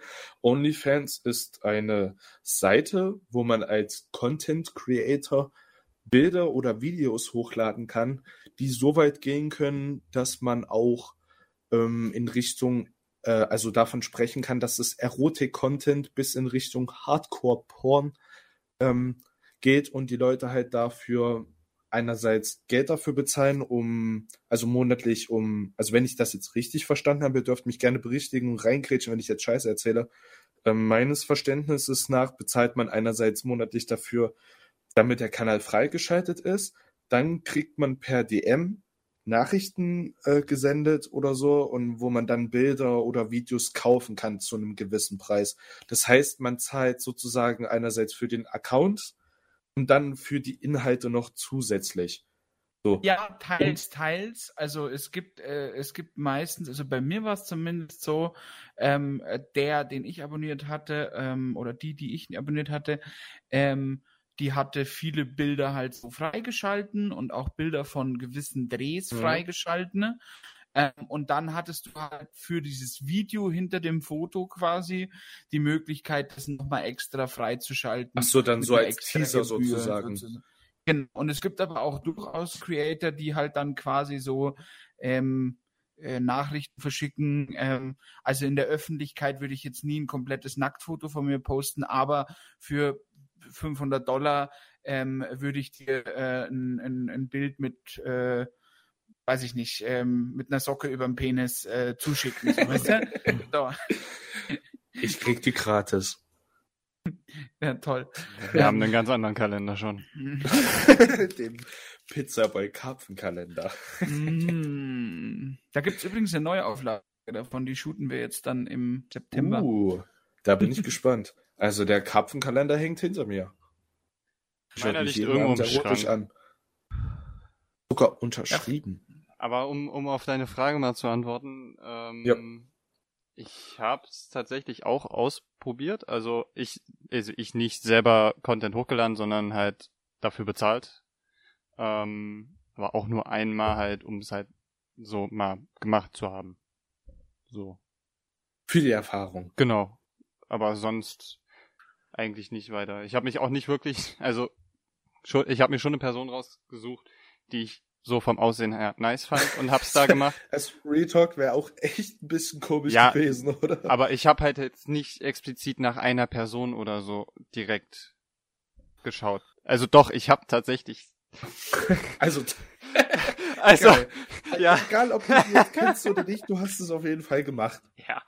OnlyFans ist eine Seite, wo man als Content Creator Bilder oder Videos hochladen kann, die so weit gehen können, dass man auch ähm, in Richtung, äh, also davon sprechen kann, dass es Erotik-Content bis in Richtung Hardcore-Porn ähm, geht und die Leute halt dafür einerseits Geld dafür bezahlen, um, also monatlich um, also wenn ich das jetzt richtig verstanden habe, ihr dürft mich gerne berichtigen und reingrätschen, wenn ich jetzt Scheiße erzähle. Ähm, meines Verständnisses nach bezahlt man einerseits monatlich dafür, damit der Kanal freigeschaltet ist, dann kriegt man per D M Nachrichten äh, gesendet oder so und wo man dann Bilder oder Videos kaufen kann zu einem gewissen Preis. Das heißt, man zahlt sozusagen einerseits für den Account und dann für die Inhalte noch zusätzlich. So. Ja, teils, teils. Also es gibt, äh, es gibt meistens, also bei mir war es zumindest so, ähm, der, den ich abonniert hatte, ähm, oder die, die ich abonniert hatte, ähm, die hatte viele Bilder halt so freigeschalten und auch Bilder von gewissen Drehs Mhm. freigeschalten. Ähm, und dann hattest du halt für dieses Video hinter dem Foto quasi die Möglichkeit, das nochmal extra freizuschalten. Ach so, dann mit so einer als extra Teaser Gebühr sozusagen. sozusagen. Genau. Und es gibt aber auch durchaus Creator, die halt dann quasi so ähm, äh, Nachrichten verschicken. Ähm, also in der Öffentlichkeit würde ich jetzt nie ein komplettes Nacktfoto von mir posten, aber für fünfhundert Dollar ähm, würde ich dir äh, ein, ein, ein Bild mit, äh, weiß ich nicht, ähm, mit einer Socke über dem Penis äh, zuschicken. So, weißt du? So. Ich krieg die gratis. Ja, toll. Wir haben einen ganz anderen Kalender schon. Den Pizzaboy Karpfenkalender. Mm. Da gibt es übrigens eine Neuauflage davon, die shooten wir jetzt dann im September. Uh, da bin ich gespannt. Also der Karpfenkalender hängt hinter mir. Meiner liegt jeden irgendwo Abend im erotisch Schrank. an. Sogar unterschrieben. Aber um, um auf deine Frage mal zu antworten, ähm, Ja. ich habe es tatsächlich auch ausprobiert. Also ich, also ich nicht selber Content hochgeladen, sondern halt dafür bezahlt. Ähm, aber auch nur einmal halt, um es halt so mal gemacht zu haben. So. Für die Erfahrung. Genau. Aber sonst eigentlich nicht weiter. Ich habe mich auch nicht wirklich, also schon, ich habe mir schon eine Person rausgesucht, die ich so vom Aussehen her nice fand und hab's da gemacht. Also Retalk wäre auch echt ein bisschen komisch Ja, gewesen, oder? Aber ich habe halt jetzt nicht explizit nach einer Person oder so direkt geschaut. Also doch, ich habe tatsächlich. Also, also geil. ja. Egal, ob du die jetzt kennst oder nicht, du hast es auf jeden Fall gemacht. Ja.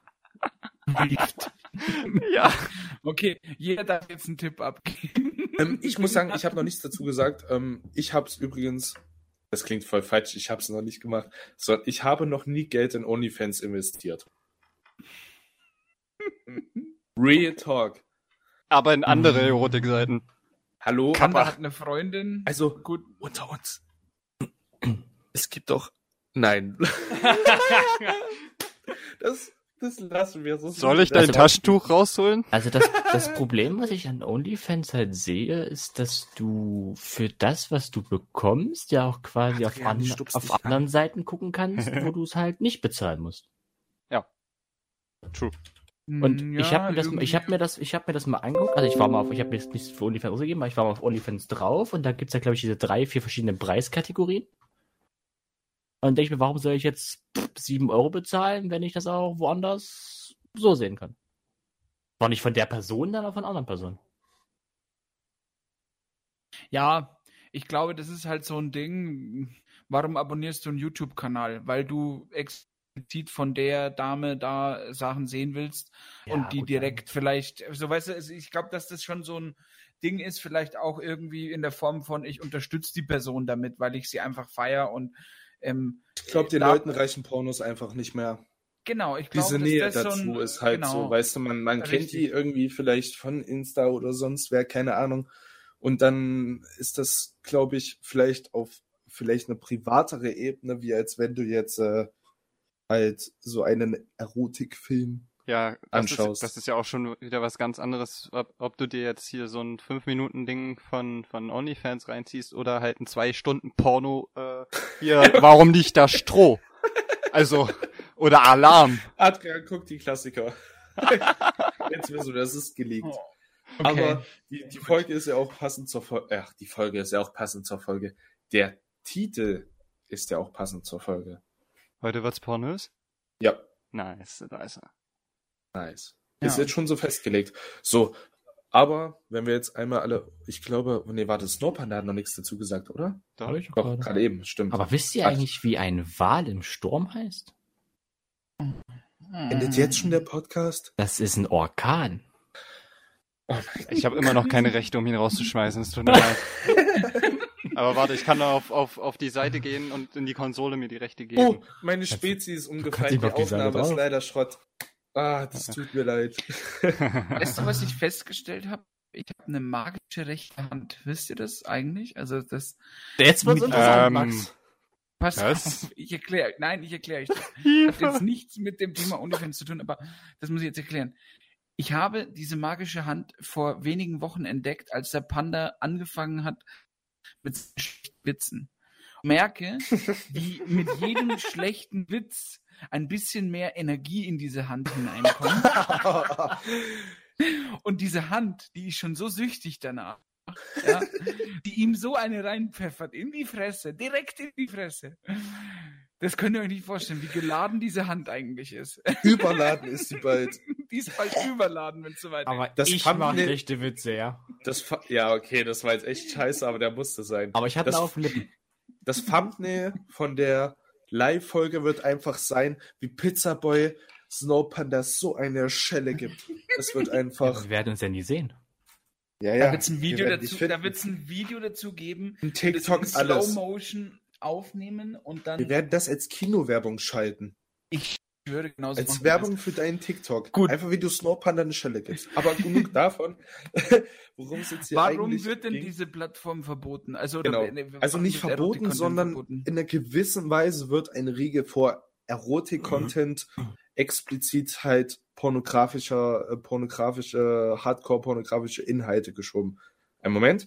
Ja. Okay, jeder darf jetzt einen Tipp abgeben. Ähm, ich muss sagen, ich habe noch nichts dazu gesagt. Ähm, ich habe es übrigens, das klingt voll falsch, ich habe es noch nicht gemacht, sondern ich habe noch nie Geld in OnlyFans investiert. Real Talk. Aber in andere Erotikseiten. Hallo? Panda hat eine Freundin. Also, Gut. unter uns. Es gibt doch... Nein. das, das lassen wir so. Soll ich dein Also, Taschentuch rausholen? Also das, das Problem, was ich an OnlyFans halt sehe, ist, dass du für das, was du bekommst, ja auch quasi auf, Adrian, an, stupst auf dich an. anderen Seiten gucken kannst, wo du es halt nicht bezahlen musst. Ja. True. Und Ja, ich habe mir das, irgendwie- ich habe mir das, ich habe mir das mal angeguckt. Also ich war mal auf, ich habe mir jetzt nichts für OnlyFans ausgegeben, aber ich war mal auf OnlyFans drauf und da gibt's ja, glaube ich, diese drei, vier verschiedene Preiskategorien. Und dann denke ich mir, warum soll ich jetzt sieben Euro bezahlen, wenn ich das auch woanders so sehen kann? War nicht von der Person, dann aber von anderen Personen. Ja, ich glaube, das ist halt so ein Ding. Warum abonnierst du einen YouTube-Kanal? Weil du explizit von der Dame da Sachen sehen willst Ja, und die gut, direkt vielleicht, so weißt du, also ich glaube, dass das schon so ein Ding ist, vielleicht auch irgendwie in der Form von, ich unterstütze die Person damit, weil ich sie einfach feiere und ähm, Ich glaube, den da- Leuten reichen Pornos einfach nicht mehr. genau, ich glaube, Diese dass Nähe das so dazu ein, ist halt genau, so, weißt du, man, man kennt die richtig. irgendwie vielleicht von Insta oder sonst wer, keine Ahnung. Und dann ist das, glaube ich, vielleicht auf vielleicht eine privatere Ebene, wie als wenn du jetzt äh, halt so einen Erotikfilm Ja, das ist, anschaust. das ist ja auch schon wieder was ganz anderes, ob, ob du dir jetzt hier so ein fünf Minuten Ding von, von OnlyFans reinziehst oder halt ein zwei Stunden Porno, äh, hier, warum liegt da Stroh? Also, oder Alarm. Adrian, guck die Klassiker. Jetzt wissen wir, das ist geleakt. Oh, Aber die, die Folge ist ja auch passend zur Folge. Ach, die Folge ist ja auch passend zur Folge. Der Titel ist ja auch passend zur Folge. Heute wird's pornös? Ja, Nice, da ist er. nice. Ja. Ist jetzt schon so festgelegt. So, aber wenn wir jetzt einmal alle, ich glaube, nee, warte, Snowpanda hat noch nichts dazu gesagt, oder? Da. Hab ich Doch, gerade. gerade eben, stimmt. Aber wisst ihr Ach. eigentlich, wie ein Wal im Sturm heißt? Endet jetzt schon der Podcast? Das ist ein Orkan. Oh mein Ich habe immer noch keine Rechte, um ihn rauszuschmeißen, es tut mir leid. Aber warte, ich kann auf, auf, auf die Seite gehen und in die Konsole mir die Rechte geben. Oh, meine Spezi ist umgefallen, nicht die auf die Seite Aufnahme ist drauf. leider Schrott. Ah, das tut mir leid. Weißt du, was ich festgestellt habe? Ich habe eine magische rechte Hand. Wisst ihr das eigentlich? Also das Jetzt wird's Mit- interessant, Ähm, Max. Pass Was? auf, ich erkläre, nein, ich erkläre euch das. Hat jetzt nichts mit dem Thema OnlyFans zu tun, aber das muss ich jetzt erklären. Ich habe diese magische Hand vor wenigen Wochen entdeckt, als der Panda angefangen hat mit schlechten Witzen. Merke, wie mit jedem schlechten Witz ein bisschen mehr Energie in diese Hand hineinkommt. Und diese Hand, die ist schon so süchtig danach, ja, die ihm so eine reinpfeffert in die Fresse, direkt in die Fresse. Das könnt ihr euch nicht vorstellen, wie geladen diese Hand eigentlich ist. Überladen ist sie bald. Die ist bald überladen, wenn es soweit ist. Aber Das ich fand mache ne- schlechte Witze, ja. Das Fa- ja, okay, das war jetzt echt scheiße, aber der musste sein. Aber ich hatte Das- ihn auf den Lippen. Das Thumbnail von der Live-Folge wird einfach sein, wie Pizzaboy Snowpanda so eine Schelle gibt. Es wird einfach. Wir werden uns ja nie sehen. Ja, Da ja. wird es ein, wir Video werden dich dazu- finden. da wird's ein Video dazu geben, Ein das in TikTok, alles. Slow Motion aufnehmen und dann, Wir werden das als Kinowerbung schalten. ich schwöre, genauso Als machen wir Werbung für deinen TikTok. Gut. Einfach wie du Snowpanda eine Schelle gibst. Aber genug davon. Worum es jetzt das. hier Warum eigentlich wird denn ging. diese Plattform verboten? Also, Genau. oder, ne, Also warum nicht wird verboten, Erotik-Content sondern verboten? in einer gewissen Weise wird ein Riegel vor Erotik-Content explizit halt pornografischer, äh, pornografische, Hardcore-pornografische Inhalte geschoben. Einen Moment.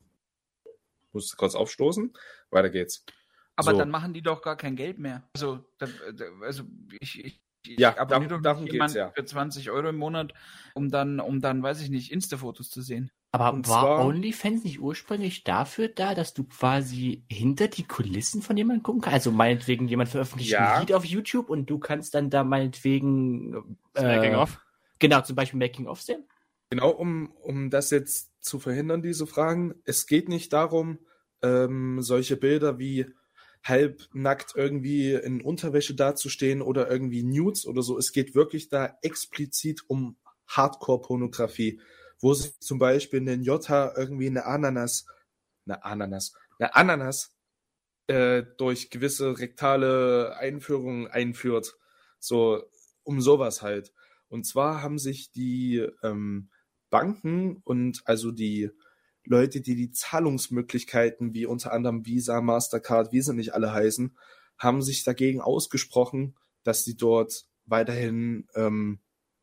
Muss kurz aufstoßen. Weiter geht's. Aber so. dann machen die doch gar kein Geld mehr. Also, da, da, also ich, ich, ich Ja, abonniere darum- doch darum nicht geht's, jemanden ja. für zwanzig Euro im Monat, um dann, um dann, weiß ich nicht, Insta-Fotos zu sehen. Aber Und war zwar- OnlyFans nicht ursprünglich dafür da, dass du quasi hinter die Kulissen von jemandem gucken kannst? Also meinetwegen jemand veröffentlicht Ja. ein Lied auf YouTube und du kannst dann da meinetwegen Das Making of. genau, zum Beispiel Making of sehen. Genau, um, um das jetzt zu verhindern, diese Fragen. Es geht nicht darum, ähm, solche Bilder wie halbnackt irgendwie in Unterwäsche dazustehen oder irgendwie Nudes oder so. Es geht wirklich da explizit um Hardcore-Pornografie, wo sich zum Beispiel ein Jota irgendwie eine Ananas, eine Ananas, eine Ananas äh, durch gewisse rektale Einführungen einführt. So, um sowas halt. Und zwar haben sich die ähm, Banken und also die Leute, die die Zahlungsmöglichkeiten wie unter anderem Visa, Mastercard, wie sie nicht alle heißen, haben sich dagegen ausgesprochen, dass sie dort weiterhin ähm,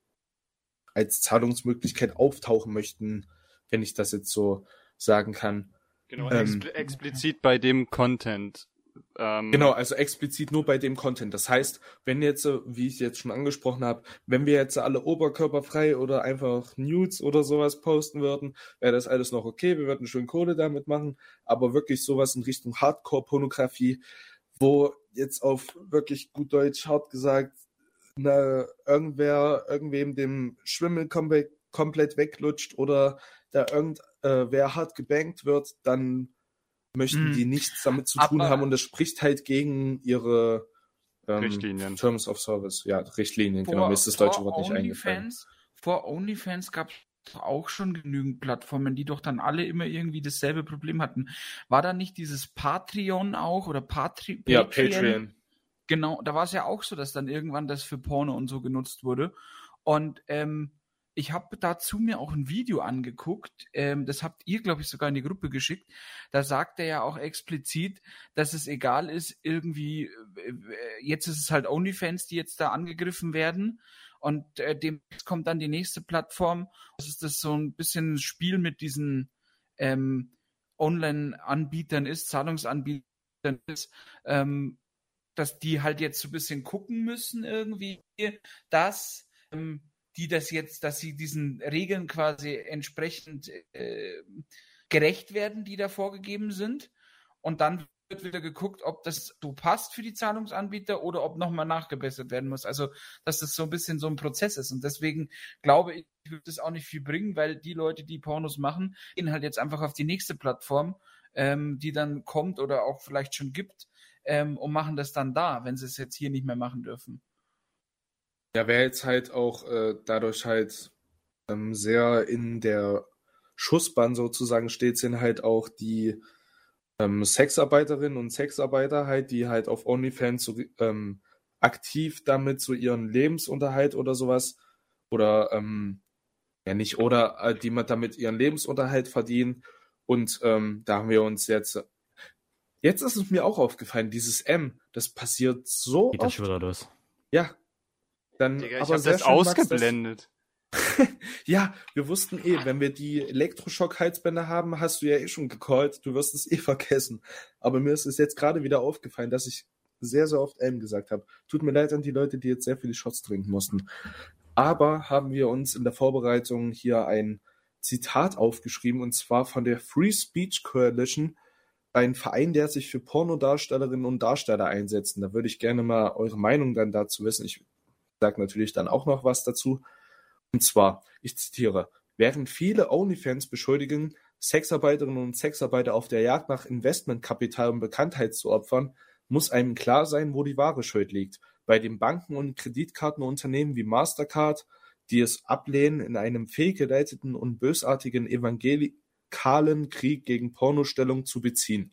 als Zahlungsmöglichkeit auftauchen möchten, wenn ich das jetzt so sagen kann. Genau, Ähm, expl explizit bei dem Content Ähm, genau, also explizit nur bei dem Content. Das heißt, wenn jetzt, wie ich jetzt schon angesprochen habe, wenn wir jetzt alle oberkörperfrei oder einfach Nudes oder sowas posten würden, wäre das alles noch okay, wir würden schön Kohle damit machen, aber wirklich sowas in Richtung Hardcore-Pornografie, wo jetzt auf wirklich gut Deutsch hart gesagt, na, irgendwer, irgendwem dem Schwimmel komplett, komplett weglutscht oder da irgendwer äh, hart gebankt wird, dann möchten hm. die nichts damit zu tun Aber haben und das spricht halt gegen ihre ähm, Richtlinien. Terms of Service. Ja, Richtlinien, vor, genau, mir ist das deutsche Wort nicht eingefallen. Vor OnlyFans gab es auch schon genügend Plattformen, die doch dann alle immer irgendwie dasselbe Problem hatten. War da nicht dieses Patreon auch oder Patri- ja, Patreon? Patreon. Genau, da war es ja auch so, dass dann irgendwann das für Porno und so genutzt wurde. Und ähm, ich habe dazu mir auch ein Video angeguckt, ähm, das habt ihr, glaube ich, sogar in die Gruppe geschickt. Da sagt er ja auch explizit, dass es egal ist, irgendwie, äh, jetzt ist es halt OnlyFans, die jetzt da angegriffen werden. Und äh, dem kommt dann die nächste Plattform. Das ist das so ein bisschen ein Spiel mit diesen ähm, Online-Anbietern ist, Zahlungsanbietern ist, ähm, dass die halt jetzt so ein bisschen gucken müssen irgendwie, dass ähm, die das jetzt, dass sie diesen Regeln quasi entsprechend äh, gerecht werden, die da vorgegeben sind. Und dann wird wieder geguckt, ob das so passt für die Zahlungsanbieter oder ob nochmal nachgebessert werden muss. Also, dass das so ein bisschen so ein Prozess ist. Und deswegen glaube ich, wird das auch nicht viel bringen, weil die Leute, die Pornos machen, gehen halt jetzt einfach auf die nächste Plattform, ähm, die dann kommt oder auch vielleicht schon gibt, ähm, und machen das dann da, wenn sie es jetzt hier nicht mehr machen dürfen. Ja, wer jetzt halt auch äh, dadurch halt ähm, sehr in der Schussbahn sozusagen steht, sind halt auch die ähm, Sexarbeiterinnen und Sexarbeiter halt, die halt auf OnlyFans so, ähm, aktiv damit so ihren Lebensunterhalt oder sowas oder ähm, ja nicht oder äh, die man damit ihren Lebensunterhalt verdienen und ähm, da haben wir uns jetzt jetzt ist es mir auch aufgefallen, dieses M, das passiert so Geht oft. das schon wieder los? Ja. Dann, Digga, ich aber hab das ausgeblendet. Das... ja, wir wussten eh, wenn wir die Elektroschock-Halsbänder haben, hast du ja eh schon gecallt, du wirst es eh vergessen. Aber mir ist es jetzt gerade wieder aufgefallen, dass ich sehr, sehr oft M gesagt habe. Tut mir leid an die Leute, die jetzt sehr viele Shots trinken mussten. Aber haben wir uns in der Vorbereitung hier ein Zitat aufgeschrieben, und zwar von der Free Speech Coalition, ein Verein, der sich für Pornodarstellerinnen und Darsteller einsetzt. Und da würde ich gerne mal eure Meinung dann dazu wissen. Ich sage natürlich dann auch noch was dazu. Und zwar, ich zitiere, während viele OnlyFans beschuldigen, Sexarbeiterinnen und Sexarbeiter auf der Jagd nach Investmentkapital und Bekanntheit zu opfern, muss einem klar sein, wo die wahre Schuld liegt. Bei den Banken und Kreditkartenunternehmen wie Mastercard, die es ablehnen, in einem fehlgeleiteten und bösartigen evangelikalen Krieg gegen Pornostellung zu beziehen.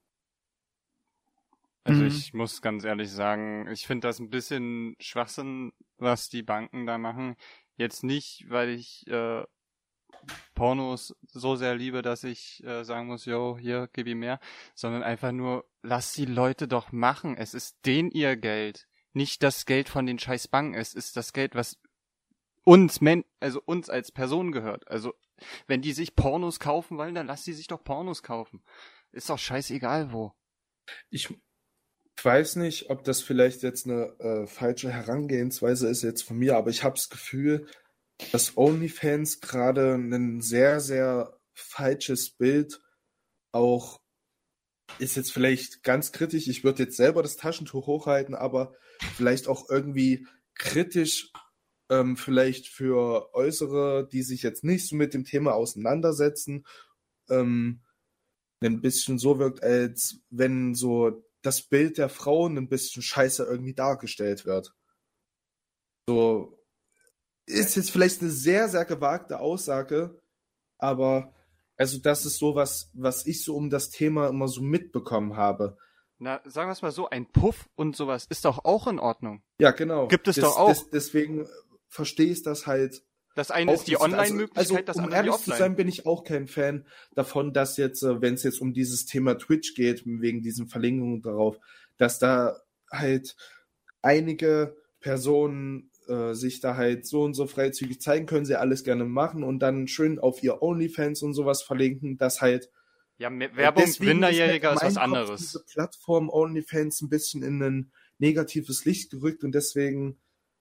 Also mhm. ich muss ganz ehrlich sagen, ich finde das ein bisschen Schwachsinn, was die Banken da machen. Jetzt nicht, weil ich äh, Pornos so sehr liebe, dass ich äh, sagen muss, yo, hier, gib ihm mehr, sondern einfach nur, lass die Leute doch machen. Es ist denen ihr Geld, nicht das Geld von den scheiß Banken. Es ist das Geld, was uns, Men- also uns als Person gehört. Also wenn die sich Pornos kaufen wollen, dann lass die sich doch Pornos kaufen. Ist doch scheißegal wo. Ich Ich weiß nicht, ob das vielleicht jetzt eine äh, falsche Herangehensweise ist jetzt von mir, aber ich habe das Gefühl, dass OnlyFans gerade ein sehr, sehr falsches Bild auch ist jetzt vielleicht ganz kritisch. Ich würde jetzt selber das Taschentuch hochhalten, aber vielleicht auch irgendwie kritisch ähm, vielleicht für Äußere, die sich jetzt nicht so mit dem Thema auseinandersetzen, ähm, ein bisschen so wirkt, als wenn so das Bild der Frauen ein bisschen scheiße irgendwie dargestellt wird. So ist jetzt vielleicht eine sehr, sehr gewagte Aussage, aber also das ist so was, was ich so um das Thema immer so mitbekommen habe. Na, sagen wir es mal so, ein Puff und sowas ist doch auch in Ordnung. Ja, genau. Gibt es des, doch auch. Des, deswegen verstehe ich das halt. Das eine ist die Online-Möglichkeit, also, also, das um andere die ehrlich Offline. zu sein, bin ich auch kein Fan davon, dass jetzt, wenn es jetzt um dieses Thema Twitch geht, wegen diesen Verlinkungen darauf, dass da halt einige Personen äh, sich da halt so und so freizügig zeigen können, sie alles gerne machen und dann schön auf ihr OnlyFans und sowas verlinken, dass halt Ja, Werbung Minderjähriger ist, ist was anderes. Kopf diese Plattform OnlyFans ein bisschen in ein negatives Licht gerückt und deswegen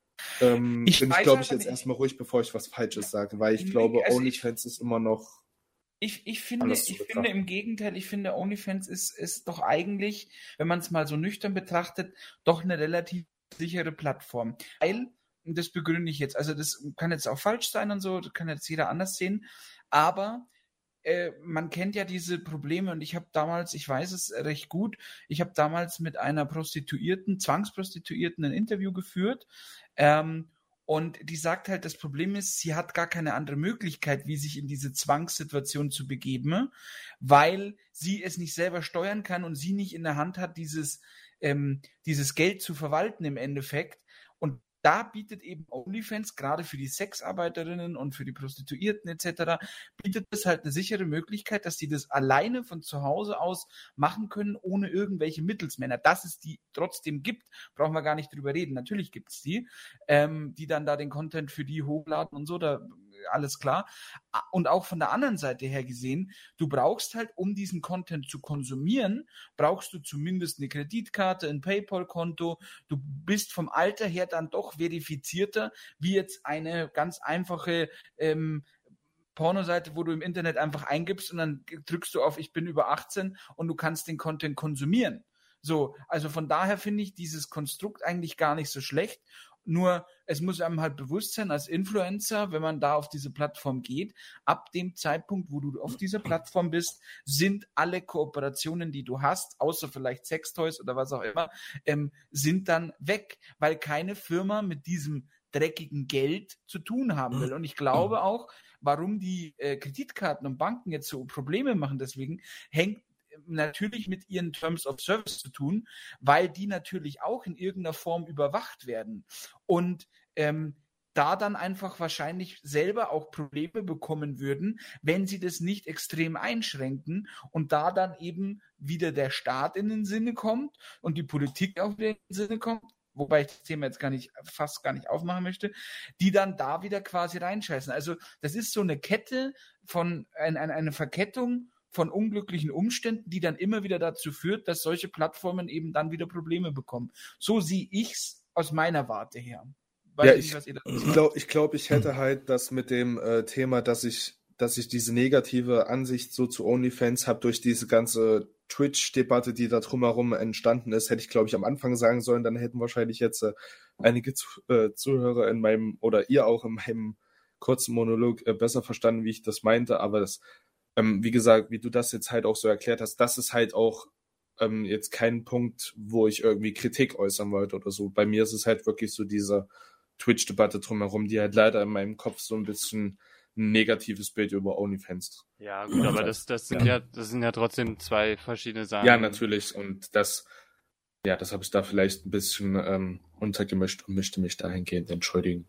ähm, ich bin ich, glaube ich, jetzt erstmal ruhig, bevor ich was Falsches sage, weil ich glaube, also OnlyFans ist immer noch Ich, ich, finde, ich finde im Gegenteil, ich finde OnlyFans ist, ist doch eigentlich, wenn man es mal so nüchtern betrachtet, doch eine relativ sichere Plattform. Weil, und das begründe ich jetzt, also das kann jetzt auch falsch sein und so, das kann jetzt jeder anders sehen, aber äh, man kennt ja diese Probleme und ich habe damals, ich weiß es recht gut, ich habe damals mit einer Prostituierten, Zwangsprostituierten ein Interview geführt, ähm, und die sagt halt, das Problem ist, sie hat gar keine andere Möglichkeit, wie sich in diese Zwangssituation zu begeben, weil sie es nicht selber steuern kann und sie nicht in der Hand hat, dieses, ähm, dieses Geld zu verwalten im Endeffekt. Und da bietet eben OnlyFans gerade für die Sexarbeiterinnen und für die Prostituierten et cetera bietet es halt eine sichere Möglichkeit, dass die das alleine von zu Hause aus machen können, ohne irgendwelche Mittelsmänner. Dass es die trotzdem gibt, brauchen wir gar nicht drüber reden. Natürlich gibt es die, ähm, die dann da den Content für die hochladen und so, da alles klar. Und auch von der anderen Seite her gesehen, du brauchst halt, um diesen Content zu konsumieren, brauchst du zumindest eine Kreditkarte, ein PayPal-Konto. Du bist vom Alter her dann doch verifizierter, wie jetzt eine ganz einfache ähm, Pornoseite, wo du im Internet einfach eingibst und dann drückst du auf ich bin über achtzehn und du kannst den Content konsumieren. So, also von daher finde ich dieses Konstrukt eigentlich gar nicht so schlecht. Nur, es muss einem halt bewusst sein, als Influencer, wenn man da auf diese Plattform geht, ab dem Zeitpunkt, wo du auf dieser Plattform bist, sind alle Kooperationen, die du hast, außer vielleicht Sextoys oder was auch immer, ähm, sind dann weg, weil keine Firma mit diesem dreckigen Geld zu tun haben will. Und ich glaube auch, warum die äh, Kreditkarten und Banken jetzt so Probleme machen, deswegen hängt natürlich mit ihren Terms of Service zu tun, weil die natürlich auch in irgendeiner Form überwacht werden und ähm, da dann einfach wahrscheinlich selber auch Probleme bekommen würden, wenn sie das nicht extrem einschränken und da dann eben wieder der Staat in den Sinne kommt und die Politik auch wieder in den Sinne kommt, wobei ich das Thema jetzt gar nicht, fast gar nicht aufmachen möchte, die dann da wieder quasi reinscheißen. Also das ist so eine Kette von, ein, ein, eine Verkettung von unglücklichen Umständen, die dann immer wieder dazu führt, dass solche Plattformen eben dann wieder Probleme bekommen. So sehe ich's aus meiner Warte her. Weiß ja, ich, ich, ich glaube, ich, glaub, ich hätte halt das mit dem äh, Thema, dass ich, dass ich diese negative Ansicht so zu OnlyFans habe durch diese ganze Twitch-Debatte, die da drumherum entstanden ist, hätte ich, glaube ich, am Anfang sagen sollen, dann hätten wahrscheinlich jetzt äh, einige zu, äh, Zuhörer in meinem, oder ihr auch in meinem kurzen Monolog äh, besser verstanden, wie ich das meinte, aber das Ähm, wie gesagt, wie du das jetzt halt auch so erklärt hast, das ist halt auch ähm, jetzt kein Punkt, wo ich irgendwie Kritik äußern wollte oder so. Bei mir ist es halt wirklich so diese Twitch-Debatte drumherum, die halt leider in meinem Kopf so ein bisschen ein negatives Bild über OnlyFans. Ja, gut, aber das, das sind ja. ja, das sind ja trotzdem zwei verschiedene Sachen. Ja, natürlich. Und das, ja, das habe ich da vielleicht ein bisschen ähm, untergemischt und möchte mich dahingehend entschuldigen.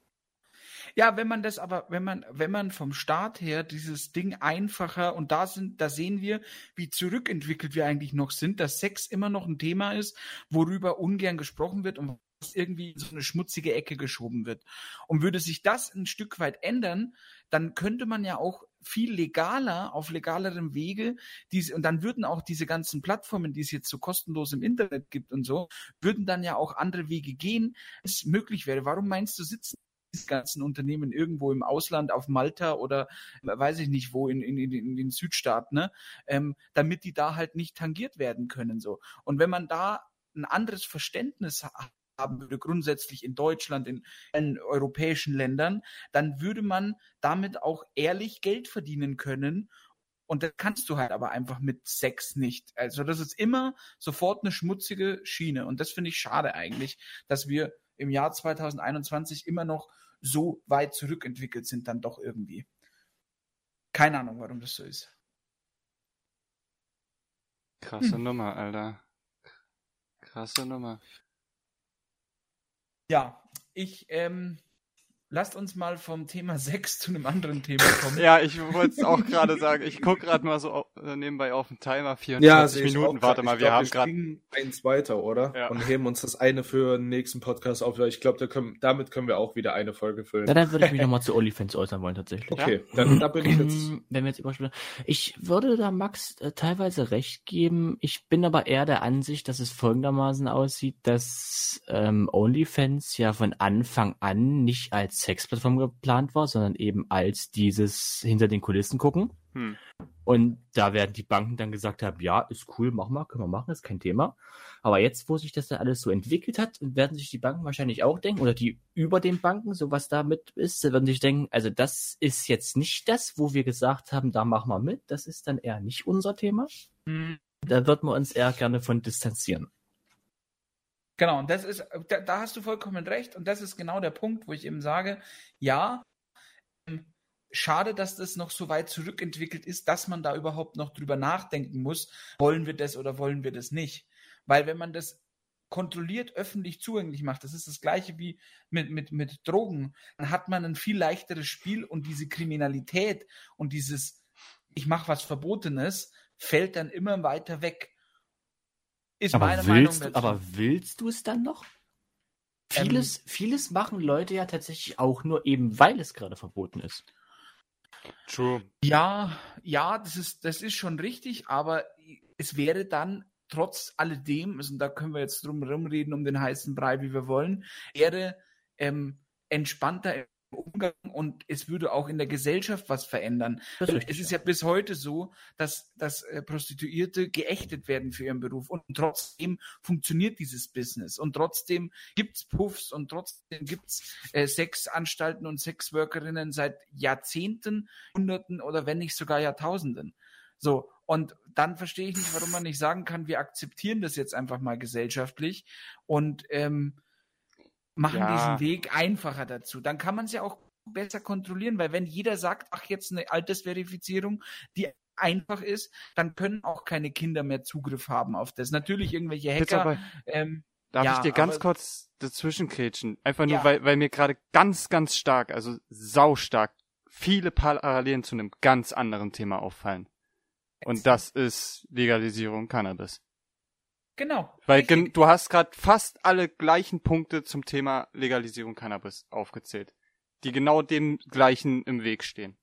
Ja, wenn man das aber, wenn man, wenn man vom Start her dieses Ding einfacher und da sind, da sehen wir, wie zurückentwickelt wir eigentlich noch sind, dass Sex immer noch ein Thema ist, worüber ungern gesprochen wird und was irgendwie in so eine schmutzige Ecke geschoben wird. Und würde sich das ein Stück weit ändern, dann könnte man ja auch viel legaler, auf legalerem Wege, diese, und dann würden auch diese ganzen Plattformen, die es jetzt so kostenlos im Internet gibt und so, würden dann ja auch andere Wege gehen, es möglich wäre. Warum meinst du, sitzen die ganzen Unternehmen irgendwo im Ausland, auf Malta oder weiß ich nicht wo, in, in, in den Südstaaten, ne? ähm, damit die da halt nicht tangiert werden können. So. Und wenn man da ein anderes Verständnis haben würde, grundsätzlich in Deutschland, in, in europäischen Ländern, dann würde man damit auch ehrlich Geld verdienen können. Und das kannst du halt aber einfach mit Sex nicht. Also das ist immer sofort eine schmutzige Schiene. Und das finde ich schade eigentlich, dass wir im Jahr zwanzig einundzwanzig immer noch so weit zurückentwickelt sind dann doch irgendwie. Keine Ahnung, warum das so ist. Krasse hm. Nummer, Alter. Krasse Nummer. Ja, ich ähm, lasst uns mal vom Thema Sex zu einem anderen Thema kommen. Ja, ich wollte es auch gerade sagen. Ich gucke gerade mal so nebenbei auf den Timer. vierundvierzig ja, Minuten. Warte mal, wir glaub, haben gerade... Wir eins weiter, oder? Ja. Und heben uns das eine für den nächsten Podcast auf. Ich glaube, da können, damit können wir auch wieder eine Folge füllen. Ja, dann würde ich mich nochmal zu OnlyFans äußern wollen, tatsächlich. Okay, ja? dann da bin ich jetzt... Wenn wir jetzt überspielen. Ich würde da Max äh, teilweise recht geben. Ich bin aber eher der Ansicht, dass es folgendermaßen aussieht, dass ähm, OnlyFans ja von Anfang an nicht als Sexplattform geplant war, sondern eben als dieses hinter den Kulissen gucken. Hm. Und da werden die Banken dann gesagt haben, ja, ist cool, mach mal, können wir machen, ist kein Thema. Aber jetzt, wo sich das dann alles so entwickelt hat, werden sich die Banken wahrscheinlich auch denken, oder die über den Banken, so was da mit ist, werden sich denken, also das ist jetzt nicht das, wo wir gesagt haben, da machen wir mit, das ist dann eher nicht unser Thema. Hm. Da würden wir uns eher gerne von distanzieren. Genau, und das ist, da, da hast du vollkommen recht, und das ist genau der Punkt, wo ich eben sage, ja, schade, dass das noch so weit zurückentwickelt ist, dass man da überhaupt noch drüber nachdenken muss, wollen wir das oder wollen wir das nicht. Weil wenn man das kontrolliert öffentlich zugänglich macht, das ist das Gleiche wie mit, mit, mit Drogen, dann hat man ein viel leichteres Spiel, und diese Kriminalität und dieses, ich mache was Verbotenes, fällt dann immer weiter weg. Ist aber meine willst, Meinung dazu. Aber willst du es dann noch? Vieles, ähm, vieles machen Leute ja tatsächlich auch nur eben, weil es gerade verboten ist. True. Ja, ja, das ist, das ist schon richtig, aber es wäre dann trotz alledem, also da können wir jetzt drum herum reden, um den heißen Brei, wie wir wollen, wäre ähm, entspannter im Umgang, und es würde auch in der Gesellschaft was verändern. Das ist richtig, es ist ja bis heute so, dass, dass äh, Prostituierte geächtet werden für ihren Beruf, und trotzdem funktioniert dieses Business, und trotzdem gibt's Puffs, und trotzdem gibt's äh, Sexanstalten und Sexworkerinnen seit Jahrzehnten, Hunderten oder wenn nicht sogar Jahrtausenden. So, und dann verstehe ich nicht, warum man nicht sagen kann, wir akzeptieren das jetzt einfach mal gesellschaftlich und ähm, machen ja. diesen Weg einfacher dazu. Dann kann man es ja auch besser kontrollieren, weil wenn jeder sagt, ach, jetzt eine Altersverifizierung, die einfach ist, dann können auch keine Kinder mehr Zugriff haben auf das. Natürlich irgendwelche Hacker. Aber, ähm, darf ja, ich dir ganz aber, kurz dazwischenkrätschen? Einfach nur, ja. weil, weil mir gerade ganz, ganz stark, also saustark, viele Parallelen zu einem ganz anderen Thema auffallen. Und das ist Legalisierung Cannabis. Genau. Weil gen- du hast gerade fast alle gleichen Punkte zum Thema Legalisierung Cannabis aufgezählt, die genau dem gleichen im Weg stehen.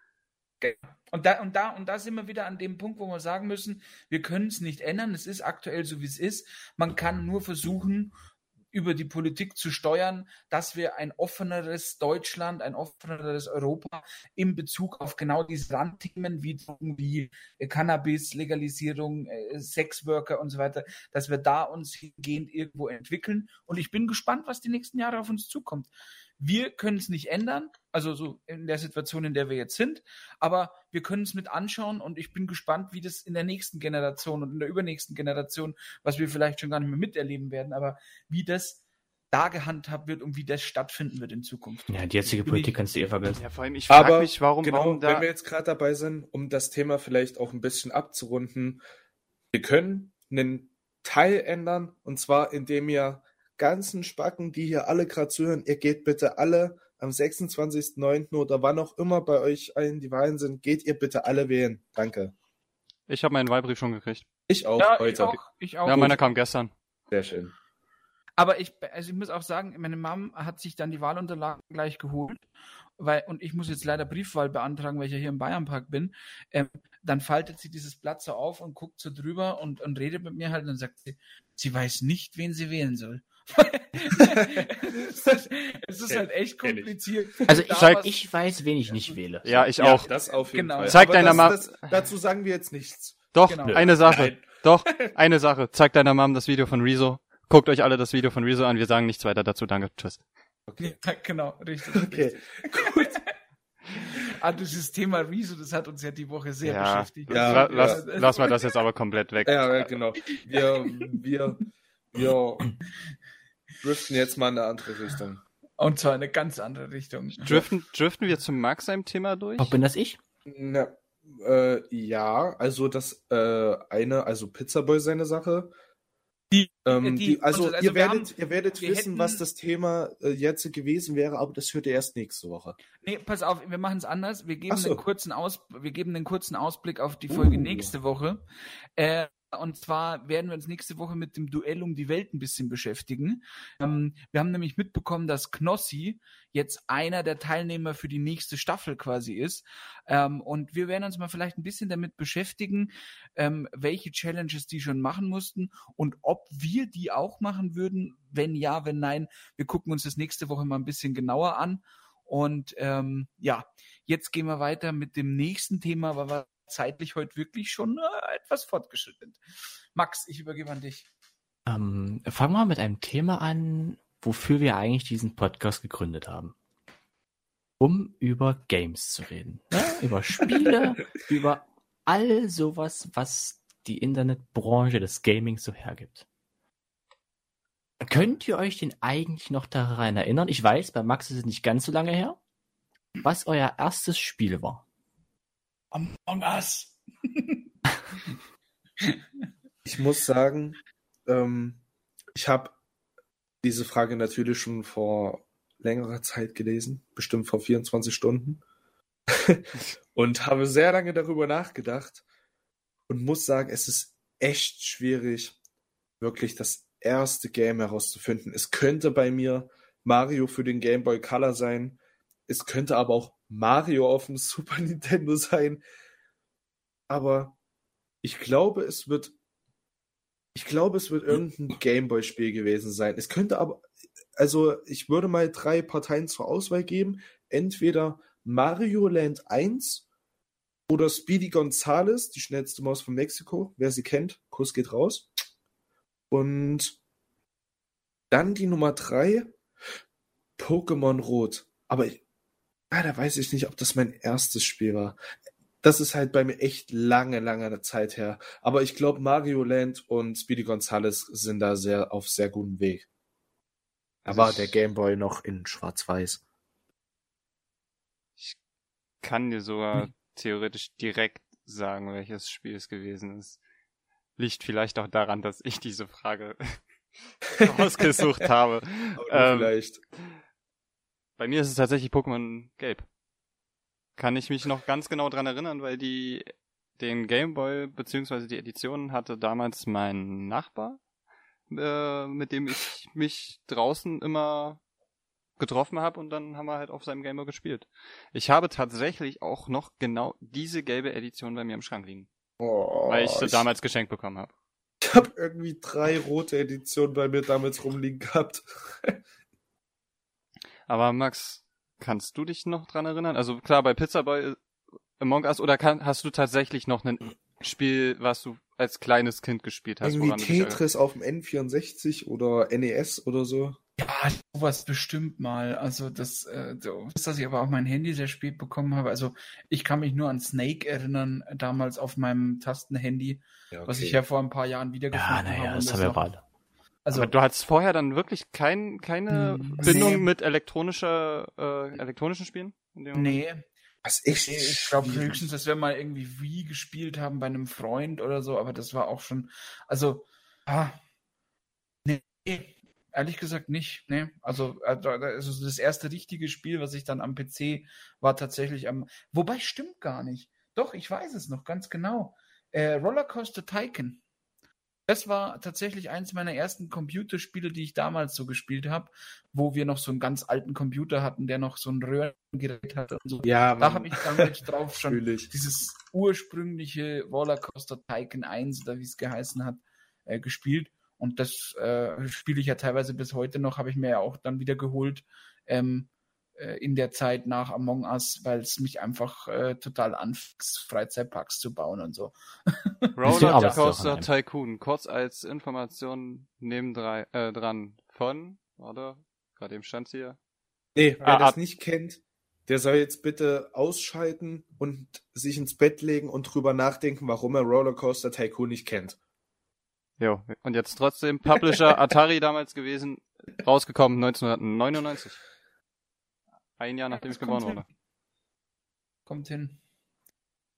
Und da, und da, und da sind wir wieder an dem Punkt, wo wir sagen müssen, wir können es nicht ändern, es ist aktuell so, wie es ist. Man kann nur versuchen, über die Politik zu steuern, dass wir ein offeneres Deutschland, ein offeneres Europa in Bezug auf genau diese Randthemen wie, wie Cannabis, Legalisierung, Sexworker und so weiter, dass wir da uns hingehend irgendwo entwickeln. Und ich bin gespannt, was die nächsten Jahre auf uns zukommt. Wir können es nicht ändern, also so in der Situation, in der wir jetzt sind, aber wir können es mit anschauen, und ich bin gespannt, wie das in der nächsten Generation und in der übernächsten Generation, was wir vielleicht schon gar nicht mehr miterleben werden, aber wie das da gehandhabt wird und wie das stattfinden wird in Zukunft. Ja, die jetzige Politik kannst du eh vergessen. Ja, vor allem, ich frage mich, warum, genau, warum da... wenn wir jetzt gerade dabei sind, um das Thema vielleicht auch ein bisschen abzurunden, wir können einen Teil ändern, und zwar indem ihr ganzen Spacken, die hier alle gerade zuhören, ihr geht bitte alle am sechsundzwanzigsten neunten oder wann auch immer bei euch allen die Wahlen sind, geht ihr bitte alle wählen. Danke. Ich habe meinen Wahlbrief schon gekriegt. Ich auch, ja, heute. Ich auch, ich auch. Ja, meiner kam gestern. Sehr schön. Aber ich, also ich muss auch sagen, meine Mom hat sich dann die Wahlunterlagen gleich geholt, weil, und ich muss jetzt leider Briefwahl beantragen, weil ich ja hier im Bayernpark bin. Ähm, dann faltet sie dieses Blatt so auf und guckt so drüber und, und redet mit mir halt, und dann sagt sie, sie weiß nicht, wen sie wählen soll. es, ist, es ist halt echt kompliziert. Also ich, sag, ich weiß, wen ich nicht wähle. Ja, ich auch. Ja, das auf jeden genau. Fall. Zeig Aber deiner Mom. Dazu sagen wir jetzt nichts. Doch, genau. eine Sache. Nein. Doch, eine Sache. Zeig deiner Mom das Video von Rezo. Guckt euch alle das Video von Rezo an. Wir sagen nichts weiter dazu. Danke. Tschüss. Okay. Ja, genau, richtig. Okay, gut. Ah, dieses Thema Rezo, das hat uns ja die Woche sehr ja. beschäftigt. Ja, La- lass, ja. lass mal das jetzt aber komplett weg. Ja, ja, genau. Wir, wir, wir driften jetzt mal in eine andere Richtung. Und zwar in eine ganz andere Richtung. Driften, driften wir zum Max seinem Thema durch? Auch bin das ich? Na, äh, ja, also das äh, eine, also Pizzaboy seine Sache. Die, ähm, die, die, also, also ihr werdet, haben, ihr werdet wissen, hätten, was das Thema äh, jetzt gewesen wäre, aber das hört ihr erst nächste Woche. Nee, pass auf, wir machen es anders. Wir geben, so. einen kurzen Aus, wir geben einen kurzen Ausblick auf die Folge uh. nächste Woche. Äh, und zwar werden wir uns nächste Woche mit dem Duell um die Welt ein bisschen beschäftigen. Ähm, wir haben nämlich mitbekommen, dass Knossi jetzt einer der Teilnehmer für die nächste Staffel quasi ist. Ähm, und wir werden uns mal vielleicht ein bisschen damit beschäftigen, ähm, welche Challenges die schon machen mussten und ob wir die auch machen würden. Wenn ja, wenn nein, wir gucken uns das nächste Woche mal ein bisschen genauer an. Und ähm, ja, jetzt gehen wir weiter mit dem nächsten Thema, weil wir zeitlich heute wirklich schon äh, etwas fortgeschritten. Max, ich übergebe an dich. Ähm, fangen wir mit einem Thema an, wofür wir eigentlich diesen Podcast gegründet haben. Um über Games zu reden. Ja, über Spiele, über all sowas, was die Internetbranche des Gamings so hergibt. Könnt ihr euch denn eigentlich noch daran erinnern? Ich weiß, bei Max ist es nicht ganz so lange her, was euer erstes Spiel war. Among Us. Ich muss sagen, ähm, ich habe diese Frage natürlich schon vor längerer Zeit gelesen, bestimmt vor vierundzwanzig Stunden, und habe sehr lange darüber nachgedacht und muss sagen, es ist echt schwierig, wirklich das erste Game herauszufinden. Es könnte bei mir Mario für den Game Boy Color sein, es könnte aber auch Mario auf dem Super Nintendo sein, aber ich glaube, es wird ich glaube, es wird irgendein Gameboy-Spiel gewesen sein. Es könnte aber, also ich würde mal drei Parteien zur Auswahl geben. Entweder Mario Land eins oder Speedy Gonzales, die schnellste Maus von Mexiko. Wer sie kennt, Kuss geht raus. Und dann die Nummer drei, Pokémon Rot. Aber ich, ah, da weiß ich nicht, ob das mein erstes Spiel war. Das ist halt bei mir echt lange, lange Zeit her. Aber ich glaube, Mario Land und Speedy Gonzales sind da sehr auf sehr gutem Weg. Da war der Gameboy noch in Schwarz-Weiß. Ich kann dir sogar hm. theoretisch direkt sagen, welches Spiel es gewesen ist. Liegt vielleicht auch daran, dass ich diese Frage ausgesucht habe. ähm, vielleicht. Bei mir ist es tatsächlich Pokémon Gelb. Kann ich mich noch ganz genau dran erinnern, weil die den Gameboy bzw. die Edition hatte damals mein Nachbar, äh, mit dem ich mich draußen immer getroffen habe und dann haben wir halt auf seinem Gameboy gespielt. Ich habe tatsächlich auch noch genau diese gelbe Edition bei mir im Schrank liegen. Oh, weil ich sie ich, damals geschenkt bekommen habe. Ich habe irgendwie drei rote Editionen bei mir damals rumliegen gehabt. Aber Max, kannst du dich noch dran erinnern? Also klar, bei Pizza Boy, Among Us, oder kann, hast du tatsächlich noch ein Spiel, was du als kleines Kind gespielt hast? Irgendwie Tetris auf dem N vierundsechzig oder N E S oder so? Ja, sowas bestimmt mal. Also das, äh, das, dass ich aber auch mein Handy sehr spät bekommen habe. Also ich kann mich nur an Snake erinnern, damals auf meinem Tastenhandy, ja, okay. was ich ja vor ein paar Jahren wiedergefunden ja, na habe. Ja, das haben wir gerade. Also, aber du hattest vorher dann wirklich kein, keine nee. Bindung mit elektronischer, äh, elektronischen Spielen? Nee. Was echt? Nee, ich glaube höchstens, dass wir mal irgendwie Wii gespielt haben bei einem Freund oder so, aber das war auch schon, also, ah, nee, ehrlich gesagt nicht, nee. Also, also das erste richtige Spiel, was ich dann am P C war tatsächlich am, wobei stimmt gar nicht. Doch, ich weiß es noch ganz genau. Äh, Rollercoaster Tycoon. Das war tatsächlich eins meiner ersten Computerspiele, die ich damals so gespielt habe, wo wir noch so einen ganz alten Computer hatten, der noch so ein Röhrengerät hatte und so. Ja, da habe ich damals drauf schon natürlich. Dieses ursprüngliche Rollercoaster Tycoon eins, oder wie es geheißen hat, äh, gespielt. Und das äh, spiele ich ja teilweise bis heute noch, habe ich mir ja auch dann wieder geholt, ähm, äh, in der Zeit nach Among Us, weil es mich einfach äh, total anfixt, Freizeitparks zu bauen und so. Rollercoaster Tycoon, kurz als Information nebendran äh, dran von, oder? Gerade eben stand hier. Nee, wer ah, das ab. nicht kennt, der soll jetzt bitte ausschalten und sich ins Bett legen und drüber nachdenken, warum er Rollercoaster Tycoon nicht kennt. Jo, und jetzt trotzdem Publisher Atari damals gewesen, rausgekommen neunzehnhundertneunundneunzig. Ein Jahr nachdem ja, ich geboren wurde. Kommt hin.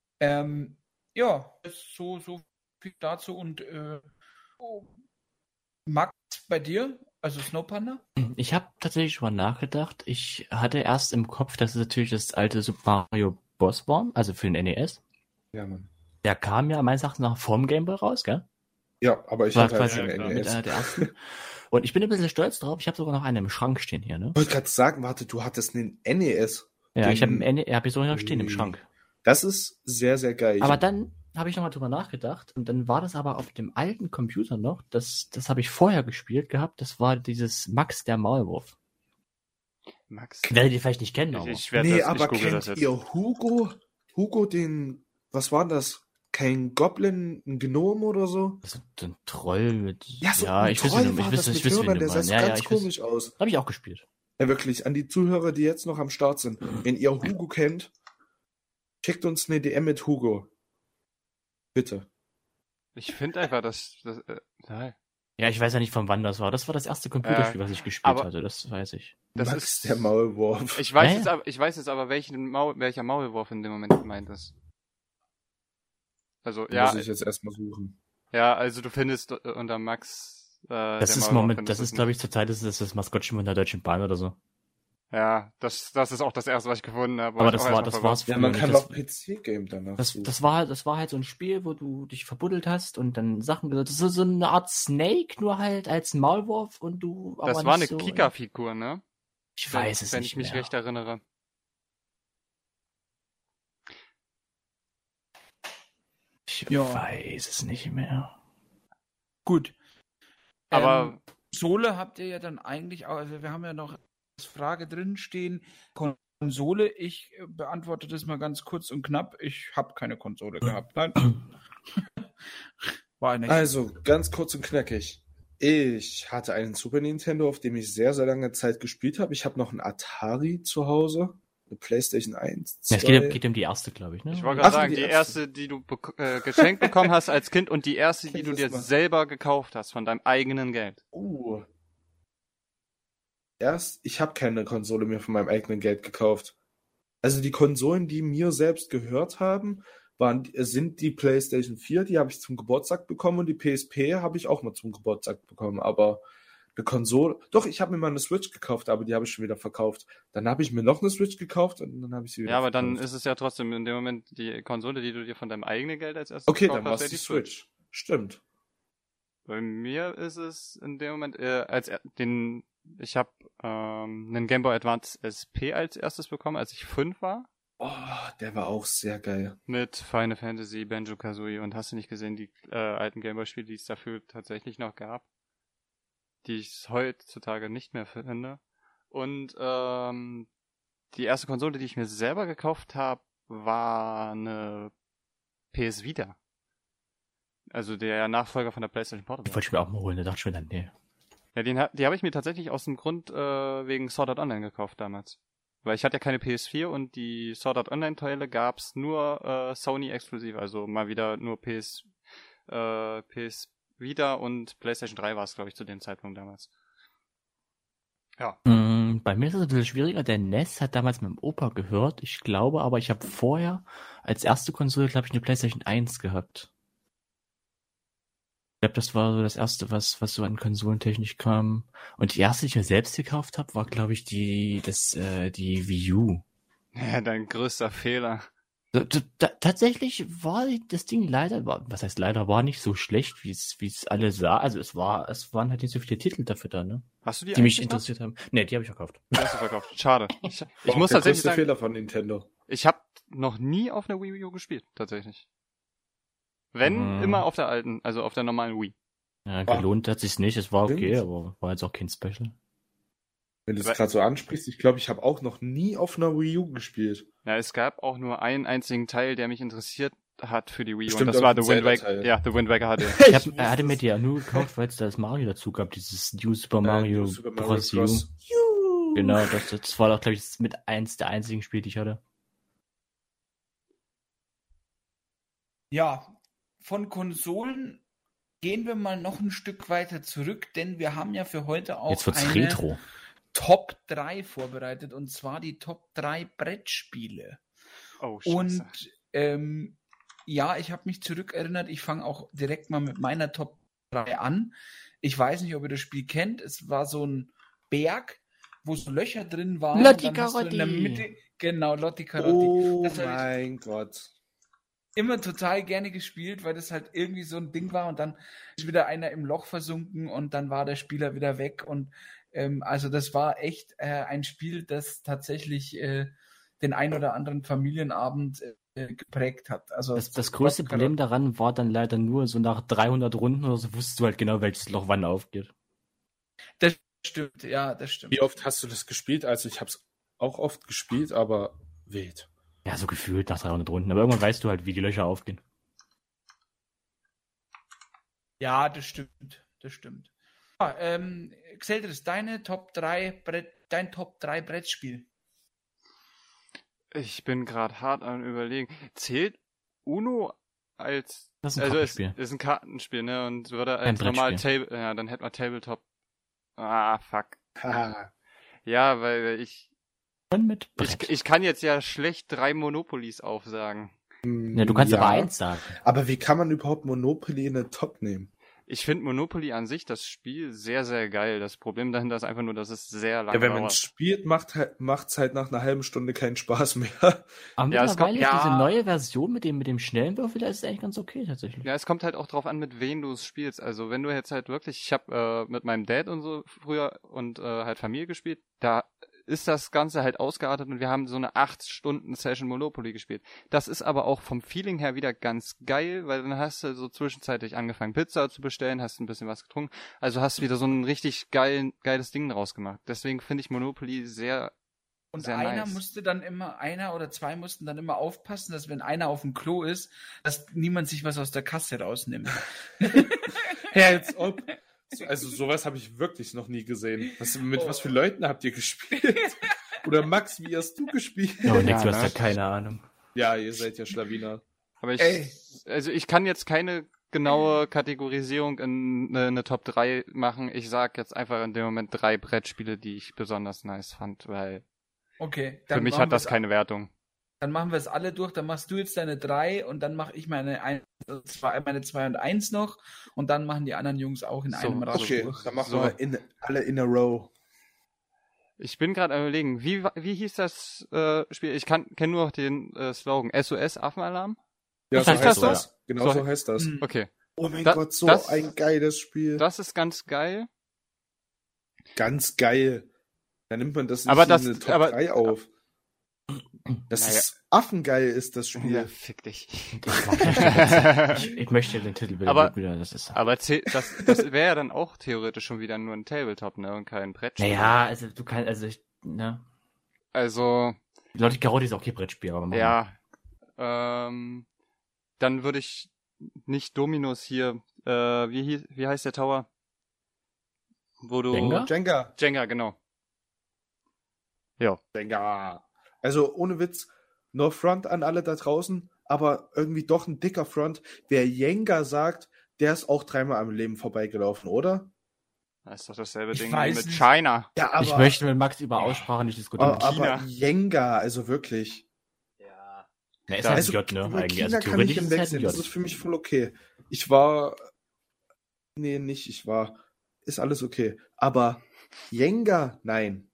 Ähm, ja, so, so viel dazu und äh, oh, Max, bei dir? Also Snow Panda? Ich habe tatsächlich schon mal nachgedacht. Ich hatte erst im Kopf, dass es natürlich das alte Super Mario Bros. War, also für den N E S. Ja, Mann. Der kam ja meines Erachtens nach vorm Game Boy raus, gell? Ja, aber ich War hatte halt quasi schon mit N E S. einer der ersten. Und ich bin ein bisschen stolz drauf. Ich habe sogar noch einen im Schrank stehen hier, ne? Ich wollte gerade sagen, warte, du hattest einen N E S. Ja, Den... ich habe einen N E S, hab ich sogar noch stehen im Schrank. Das ist sehr, sehr geil. Aber dann habe ich nochmal drüber nachgedacht und dann war das aber auf dem alten Computer noch, das, das habe ich vorher gespielt gehabt, das war dieses Max der Maulwurf. Max? Werdet ihr vielleicht nicht kennen, aber. Ich, ich nee, das, aber ich kennt ihr Hugo? Hugo, den, was war das? Kein Goblin, ein Gnome oder so? Also ein Troll mit. Ja, so ja ein ich Troll wüsste, war ich das wüsste, mit ich wüsste, Hörnern, der sah ja, ganz ja, komisch wüsste. aus. Habe ich auch gespielt. Ja, wirklich, an die Zuhörer, die jetzt noch am Start sind. Wenn ihr Hugo kennt, schickt uns eine D M mit Hugo. Bitte. Ich finde einfach, dass... das äh, nein. Ja, ich weiß ja nicht, von wann das war. Das war das erste Computerspiel, äh, was ich gespielt hatte, das weiß ich. Das Max ist der Maulwurf. Ich weiß, naja. jetzt aber, ich weiß jetzt aber, welchen Maul, welcher Maulwurf in dem Moment gemeint ist. Also, ja. Muss ich jetzt erstmal suchen. Ja, also du findest unter Max... Äh, das ist Moment, das ist, glaube ich, zurzeit ist das das Maskottchen von der Deutschen Bahn oder so. Ja, das, das ist auch das erste, was ich gefunden habe. Aber das war, das war's. Ja, man kann auch P C-Game danach. Das, das war, das war halt so ein Spiel, wo du dich verbuddelt hast und dann Sachen gesagt. Das ist so eine Art Snake, nur halt als Maulwurf und du. Das aber war nicht eine so, Kika-Figur, ne? Ich weiß wenn, es wenn nicht ich mich mehr. recht erinnere. Ich ja. weiß es nicht mehr. Gut. Aber ähm, Konsole habt ihr ja dann eigentlich auch, also wir haben ja noch als Frage drin stehen, Konsole, ich beantworte das mal ganz kurz und knapp, ich habe keine Konsole gehabt, nein. War nicht. Also, ganz kurz und knackig. Ich hatte einen Super Nintendo, auf dem ich sehr, sehr lange Zeit gespielt habe. Ich habe noch einen Atari zu Hause, eine PlayStation eins, zwei. Ja, es geht, geht um die erste, glaube ich, ne? Ich wollte gerade sagen, die, die erste, erste, die du be- äh, geschenkt bekommen hast als Kind und die erste, die du dir mal. selber gekauft hast von deinem eigenen Geld. Uh. Erst, ich habe keine Konsole mehr von meinem eigenen Geld gekauft. Also die Konsolen, die mir selbst gehört haben, waren, sind die PlayStation vier, die habe ich zum Geburtstag bekommen und die P S P habe ich auch mal zum Geburtstag bekommen, aber eine Konsole, doch, ich habe mir mal eine Switch gekauft, aber die habe ich schon wieder verkauft. Dann habe ich mir noch eine Switch gekauft und dann habe ich sie wieder Ja, aber verkauft. dann ist es ja trotzdem in dem Moment die Konsole, die du dir von deinem eigenen Geld als erstes okay, gekauft dann hast. war es die Switch. Switch. Stimmt. Bei mir ist es in dem Moment äh, als er, den ich habe ähm, einen Game Boy Advance S P als erstes bekommen, als ich fünf war. Oh, der war auch sehr geil. Mit Final Fantasy, Banjo-Kazooie und hast du nicht gesehen, die äh, alten Gameboy-Spiele, die es dafür tatsächlich noch gab, die ich heutzutage nicht mehr finde. Und ähm, die erste Konsole, die ich mir selber gekauft habe, war eine P S Vita. Also der Nachfolger von der PlayStation Portable. Die wollte ich mir auch mal holen, da dachte ich mir dann, nee. Ja, den, die habe ich mir tatsächlich aus dem Grund äh, wegen Sword Art Online gekauft damals. Weil ich hatte ja keine P S vier und die Sword Art Online Teile gab's nur äh, Sony exklusiv, also mal wieder nur P S, äh, P S Vita und PlayStation drei war es, glaube ich, zu dem Zeitpunkt damals. Ja. Mm, bei mir ist es ein bisschen schwieriger. Der N E S hat damals meinem Opa gehört. Ich glaube aber, ich habe vorher als erste Konsole, glaube ich, eine PlayStation eins gehabt. Ich glaube, das war so das erste, was was so an Konsolentechnik kam. Und die erste, die ich mir selbst gekauft habe, war, glaube ich, die das äh, die Wii U. Ja, dein größter Fehler. Da, da, tatsächlich war das Ding leider, war, was heißt leider, war nicht so schlecht, wie es wie es alle sah. Also es war, es waren halt nicht so viele Titel dafür da, ne? Hast du die Die mich noch? interessiert haben. Ne, die habe ich verkauft. Die hast du verkauft. Schade. Ich, ich oh, muss der tatsächlich größte sagen, Fehler von Nintendo. Ich habe noch nie auf einer Wii U gespielt, tatsächlich. Wenn, Mhm. immer auf der alten, also auf der normalen Wii. Ja, gelohnt hat sich's nicht. Es war okay, Stimmt. aber war jetzt auch kein Special. Wenn du es gerade so ansprichst, ich glaube, ich habe auch noch nie auf einer Wii U gespielt. Ja, es gab auch nur einen einzigen Teil, der mich interessiert hat für die Wii U. Stimmt, und das war The Wind Zelda-Teil. Waker. Ja, The Wind Waker H D. Ich hab, er hatte mir die ja nur gekauft, weil es da das Mario dazu gab, dieses New Super Mario, Äh, New Super Mario Bros. U. Bros. Genau, das, das war doch, glaube ich, mit eins der einzigen Spiele, die ich hatte. Ja, von Konsolen gehen wir mal noch ein Stück weiter zurück, denn wir haben ja für heute auch Jetzt wird's eine Retro. Top drei vorbereitet, und zwar die Top drei Brettspiele. Oh, scheiße. Und ähm, ja, ich habe mich zurückerinnert, ich fange auch direkt mal mit meiner Top drei an. Ich weiß nicht, ob ihr das Spiel kennt. Es war so ein Berg, wo so Löcher drin waren. Lotti und dann hast du in der Mitte, genau, Lotti Carotti. Oh das mein Gott. Immer total gerne gespielt, weil das halt irgendwie so ein Ding war und dann ist wieder einer im Loch versunken und dann war der Spieler wieder weg und ähm, also das war echt äh, ein Spiel, das tatsächlich äh, den ein oder anderen Familienabend äh, geprägt hat. Also das, das größte Problem daran war dann leider nur, so nach dreihundert Runden oder so wusstest du halt genau, welches Loch wann aufgeht. Das stimmt, ja, das stimmt. Wie oft hast du das gespielt? Also ich habe es auch oft gespielt, aber wild. Ja, so gefühlt nach dreihundert Runden. Aber irgendwann weißt du halt, wie die Löcher aufgehen. Ja, das stimmt. Das stimmt. Ah, ähm, Xeldris, deine Top drei Brett, dein Top drei Brettspiel. Ich bin gerade hart am Überlegen. Zählt Uno als... Das ist ein also Kartenspiel. Es ist ein Kartenspiel, ne? Und würde als normal Table... Ja, dann hätten wir Tabletop... Ah, fuck. Ja, weil ich... Mit ich, ich kann jetzt ja schlecht drei Monopolies aufsagen. Ja, du kannst ja. aber eins sagen. Aber wie kann man überhaupt Monopoly in den Top nehmen? Ich finde Monopoly an sich, das Spiel, sehr, sehr geil. Das Problem dahinter ist einfach nur, dass es sehr lange dauert. Ja, wenn man dauert. spielt, macht es halt nach einer halben Stunde keinen Spaß mehr. Aber ja, mittlerweile kommt, ist ja. diese neue Version mit dem, mit dem schnellen Würfel, da ist es eigentlich ganz okay tatsächlich. Ja, es kommt halt auch drauf an, mit wem du es spielst. Also wenn du jetzt halt wirklich, ich habe äh, mit meinem Dad und so früher und äh, halt Familie gespielt, da ist das Ganze halt ausgeartet und wir haben so eine acht Stunden Session Monopoly gespielt. Das ist aber auch vom Feeling her wieder ganz geil, weil dann hast du so zwischenzeitlich angefangen Pizza zu bestellen, hast ein bisschen was getrunken, also hast wieder so ein richtig geilen, geiles Ding draus gemacht. Deswegen finde ich Monopoly sehr Und sehr einer nice. musste dann immer, einer oder zwei mussten dann immer aufpassen, dass wenn einer auf dem Klo ist, dass niemand sich was aus der Kasse rausnimmt. Ja, als ob. Also sowas habe ich wirklich noch nie gesehen. Was, mit oh. was für Leuten habt ihr gespielt? Oder Max, wie hast du gespielt? Oh, Nix, du hast ja keine Ahnung. Ja, ihr seid ja Schlawiner. Aber ich, Ey. also ich kann jetzt keine genaue Kategorisierung in eine, eine Top drei machen. Ich sag jetzt einfach in dem Moment drei Brettspiele, die ich besonders nice fand, weil okay, für mich hat das keine Wertung. Dann machen wir es alle durch, dann machst du jetzt deine drei und dann mache ich meine ein, zwei, meine zwei und eins noch und dann machen die anderen Jungs auch in so, einem Rad okay, durch. Okay, dann machen so. wir in, alle in a row. Ich bin gerade am Überlegen, wie, wie hieß das äh, Spiel? Ich kenne nur noch den äh, Slogan S O S Affenalarm. Ja, Was so heißt, heißt das? das. Genau so, so heißt das. Okay. Oh mein da, Gott, so das, ein geiles Spiel. Das ist ganz geil. Ganz geil. Dann nimmt man das nicht aber das, in eine Top aber, drei auf. Das naja. ist affengeil, ist das Spiel. Ja, fick dich. ich, ich möchte den Titel wieder. Aber, wieder das ist aber das, das wäre ja dann auch theoretisch schon wieder nur ein Tabletop, ne, und kein Brettspiel. Naja, also du kannst, also ich, ne. Also. Lotti Carotti ist auch kein Brettspiel, aber machen ja. Ähm, dann würde ich nicht Dominos hier, äh, wie hieß, wie heißt der Tower? Wo du. Jenga? Jenga. Jenga, genau. Ja. Jenga. Also ohne Witz, no front an alle da draußen, aber irgendwie doch ein dicker Front. Wer Jenga sagt, der ist auch dreimal am Leben vorbeigelaufen, oder? Das ist doch dasselbe ich Ding weiß mit nicht. China. Ja, aber, ich möchte mit Max über Aussprache nicht diskutieren. Aber, aber Jenga, also wirklich. Ja. Na, ist halt also, J, ne? Eigentlich. China also kann ich theoretisch ist hinwechseln, halt das ist für mich voll okay. Ich war... Nee, nicht ich war... Ist alles okay. Aber Jenga, nein.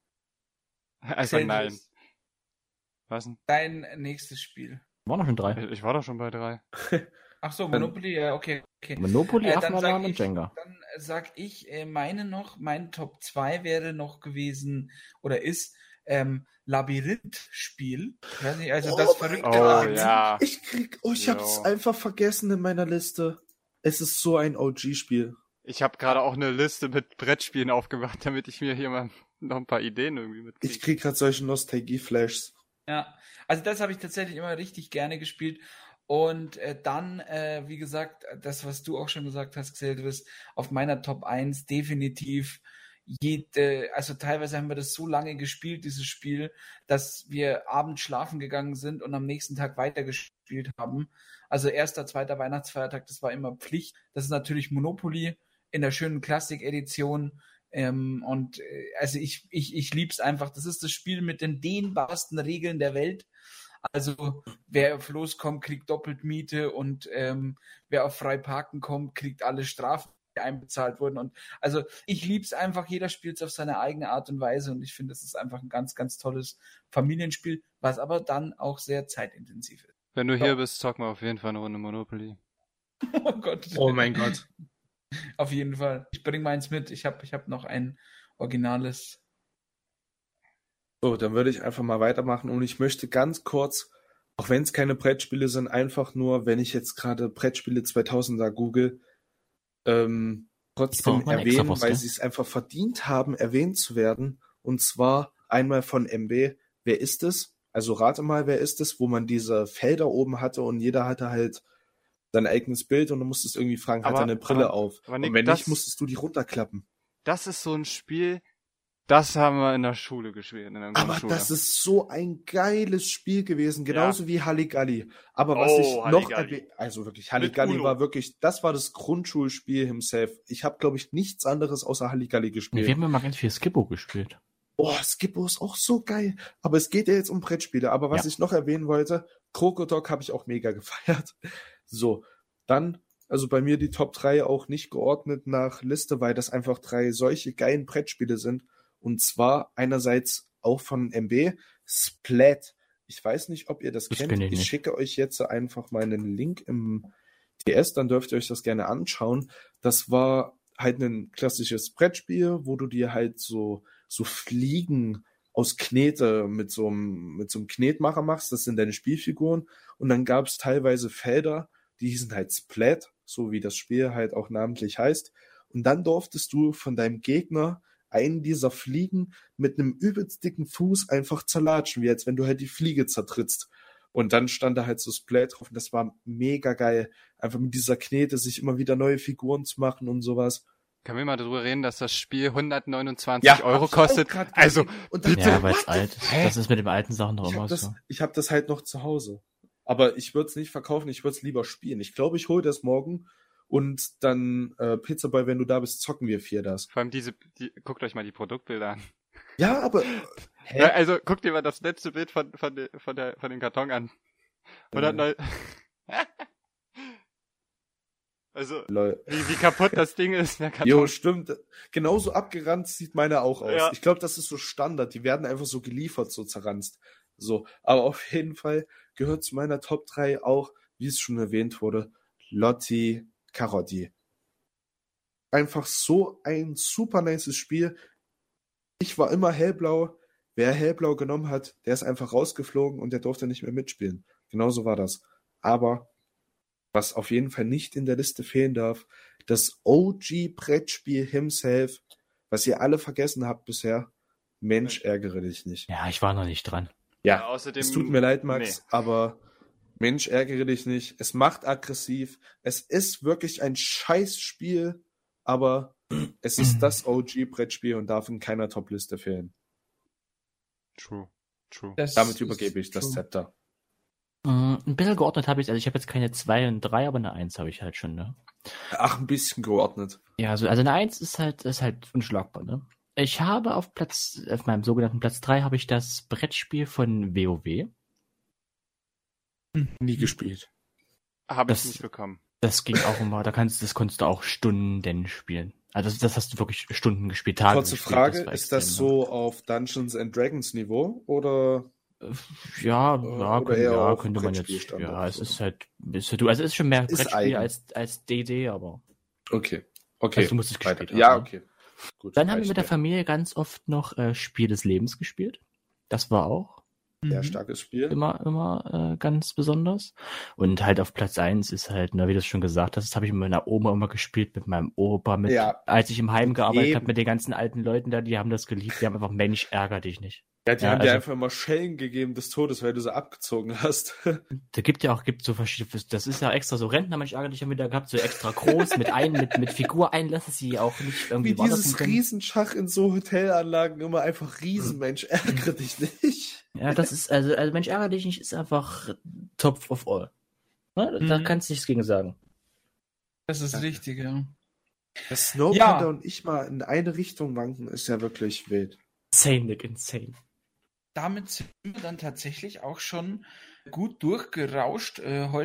Also nein. Was denn? Dein nächstes Spiel. War noch schon drei. Ich war doch schon bei drei. Ach so, Monopoly, ja, okay. okay. Monopoly, äh, Affenalarm und Jenga. Dann sag ich, äh, meine noch, mein Top zwei wäre noch gewesen, oder ist, ähm, Labyrinth-Spiel. Ich weiß nicht, also oh das verrückte Oh, Labyrinth. ja. Ich krieg... Oh, ich hab's einfach vergessen in meiner Liste. Es ist so ein O G-Spiel. Ich habe gerade auch eine Liste mit Brettspielen aufgemacht, damit ich mir hier mal noch ein paar Ideen irgendwie mitkriege. Ich krieg gerade solche Nostalgie-Flashs. Ja, also das habe ich tatsächlich immer richtig gerne gespielt. Und äh, dann, äh, wie gesagt, das, was du auch schon gesagt hast, Xeldris, auf meiner Top eins definitiv jede, also teilweise haben wir das so lange gespielt, dieses Spiel, dass wir abends schlafen gegangen sind und am nächsten Tag weitergespielt haben. Also erster, zweiter Weihnachtsfeiertag, das war immer Pflicht. Das ist natürlich Monopoly in der schönen Klassik-Edition. Ähm, und äh, also ich, ich, ich lieb's einfach. Das ist das Spiel mit den dehnbarsten Regeln der Welt. Also wer auf loskommt, kriegt doppelt Miete und ähm, wer auf frei parken kommt, kriegt alle Strafen einbezahlt wurden. Und also ich liebe es einfach, jeder spielt es auf seine eigene Art und Weise und ich finde, es ist einfach ein ganz, ganz tolles Familienspiel, was aber dann auch sehr zeitintensiv ist. Wenn du hier Doch. bist, zocken wir auf jeden Fall eine Runde Monopoly. Oh Gott. Oh mein Gott. Auf jeden Fall. Ich bringe meins mit. Ich habe ich hab noch ein originales. So, dann würde ich einfach mal weitermachen und ich möchte ganz kurz, auch wenn es keine Brettspiele sind, einfach nur, wenn ich jetzt gerade Brettspiele zweitausender google, ähm, trotzdem erwähnen, was, weil ja? sie es einfach verdient haben, erwähnt zu werden. Und zwar einmal von M B. Wer ist es? Also rate mal, wer ist es, wo man diese Felder oben hatte und jeder hatte halt sein eigenes Bild und du musstest irgendwie fragen, aber, hat er eine Brille aber, auf? Aber Nick, und wenn das, nicht, musstest du die runterklappen. Das ist so ein Spiel, das haben wir in der Schule gespielt. In der aber das ist so ein geiles Spiel gewesen, genauso ja. wie Halligalli. Aber was oh, ich noch erwähnt, also wirklich, Halligalli war wirklich, das war das Grundschulspiel himself. Ich habe, glaube ich, nichts anderes außer Halligalli gespielt. Nee, wir haben ja mal ganz viel Skippo gespielt. Oh, Skippo ist auch so geil. Aber es geht ja jetzt um Brettspiele. Aber was ja. ich noch erwähnen wollte, Krokodok habe ich auch mega gefeiert. So, dann, also bei mir die Top drei auch nicht geordnet nach Liste, weil das einfach drei solche geilen Brettspiele sind. Und zwar einerseits auch von M B, Splat. Ich weiß nicht, ob ihr das, das kennt. Ich, ich schicke euch jetzt einfach mal einen Link im T S, dann dürft ihr euch das gerne anschauen. Das war halt ein klassisches Brettspiel, wo du dir halt so, so Fliegen aus Knete mit so einem, mit so einem Knetmacher machst. Das sind deine Spielfiguren. Und dann gab es teilweise Felder, die hießen halt Splat, so wie das Spiel halt auch namentlich heißt. Und dann durftest du von deinem Gegner einen dieser Fliegen mit einem übelst dicken Fuß einfach zerlatschen, wie als wenn du halt die Fliege zertrittst. Und dann stand da halt so Splat drauf und das war mega geil. Einfach mit dieser Knete sich immer wieder neue Figuren zu machen und sowas. Können wir mal darüber reden, dass das Spiel hundertneunundzwanzig ja, Euro kostet? Also, und dann, ja, weil es alt ist. Das ist mit den alten Sachen noch immer das, so. Ich habe das halt noch zu Hause. Aber ich würde es nicht verkaufen, ich würde es lieber spielen. Ich glaube, ich hole das morgen und dann äh, Pizzaboy, wenn du da bist, zocken wir vier das. Vor allem diese, die, guckt euch mal die Produktbilder an. Ja, aber... Hä? Also, guckt dir mal das letzte Bild von, von, de, von, der, von dem Karton an. hundertneun Also, wie, wie kaputt das Ding ist, der Karton. Jo, stimmt. Genauso abgeranzt sieht meine auch aus. Ja. Ich glaube, das ist so Standard. Die werden einfach so geliefert, so zerranzt. So, aber auf jeden Fall gehört zu meiner Top drei auch, wie es schon erwähnt wurde, Lotti Carotti. Einfach so ein super nices Spiel. Ich war immer hellblau. Wer hellblau genommen hat, der ist einfach rausgeflogen und der durfte nicht mehr mitspielen. Genauso war das. Aber was auf jeden Fall nicht in der Liste fehlen darf, das O G-Brettspiel himself, was ihr alle vergessen habt bisher, Mensch, ärgere dich nicht. Ja, ich war noch nicht dran. Ja, ja außerdem, es tut mir leid, Max, nee. aber Mensch, ärgere dich nicht. Es macht aggressiv. Es ist wirklich ein Scheißspiel, aber es ist das O G-Brettspiel und darf in keiner Top-Liste fehlen. True, true. Das Damit übergebe ich true. das Zepter. Ein bisschen geordnet habe ich, also ich habe jetzt keine zwei und drei, aber eine eins habe ich halt schon, ne? Ach, ein bisschen geordnet. Ja, also, also eine eins ist halt, ist halt unschlagbar, ne? Ich habe auf Platz, auf meinem sogenannten Platz drei habe ich das Brettspiel von WoW. Nie gespielt. Habe ich nicht bekommen. Das ging auch immer, da kannst, das konntest du auch Stunden spielen. Also das, das hast du wirklich Stunden gespielt, Tage Kurze gespielt. Frage, das ist das so auf Dungeons and Dragons Niveau, oder? Ja, ja, könnte, ja, könnte man jetzt, ja, es ist halt, ist halt, also es ist schon mehr ist Brettspiel eigen. als, als D D, aber. Okay, okay. Also du musst es gespielt haben. Ja, okay. Gut, dann haben wir mit der Familie ganz oft noch äh, Spiel des Lebens gespielt. Das war auch sehr starkes Spiel. Immer, immer äh, ganz besonders. Und halt auf Platz eins ist halt, na, wie du es schon gesagt hast, das habe ich mit meiner Oma immer gespielt, mit meinem Opa, mit, ja. als ich im Heim gearbeitet habe, mit den ganzen alten Leuten da, die haben das geliebt, die haben einfach, Mensch, ärger dich nicht. Ja, die ja, haben also, dir einfach immer Schellen gegeben des Todes, weil du sie abgezogen hast. Da gibt ja auch, gibt so verschiedene, das ist ja extra so Rentner, Mensch, ärger dich haben wir da gehabt, so extra groß, mit ein, mit, mit Figur einlassen, sie auch nicht irgendwie. Wie dieses Riesenschach in so Hotelanlagen immer einfach riesen, Mensch, ärgere dich nicht. Ja, das ist, also, also Mensch, ärgere dich nicht, ist einfach top of all. Ne? Da mhm. kannst du nichts gegen sagen. Das ist ja. richtig, ja. Das Snowpanda ja. und ich mal in eine Richtung wanken, ist ja wirklich wild. Insane, Nick, insane. Damit sind wir dann tatsächlich auch schon gut durchgerauscht äh, heute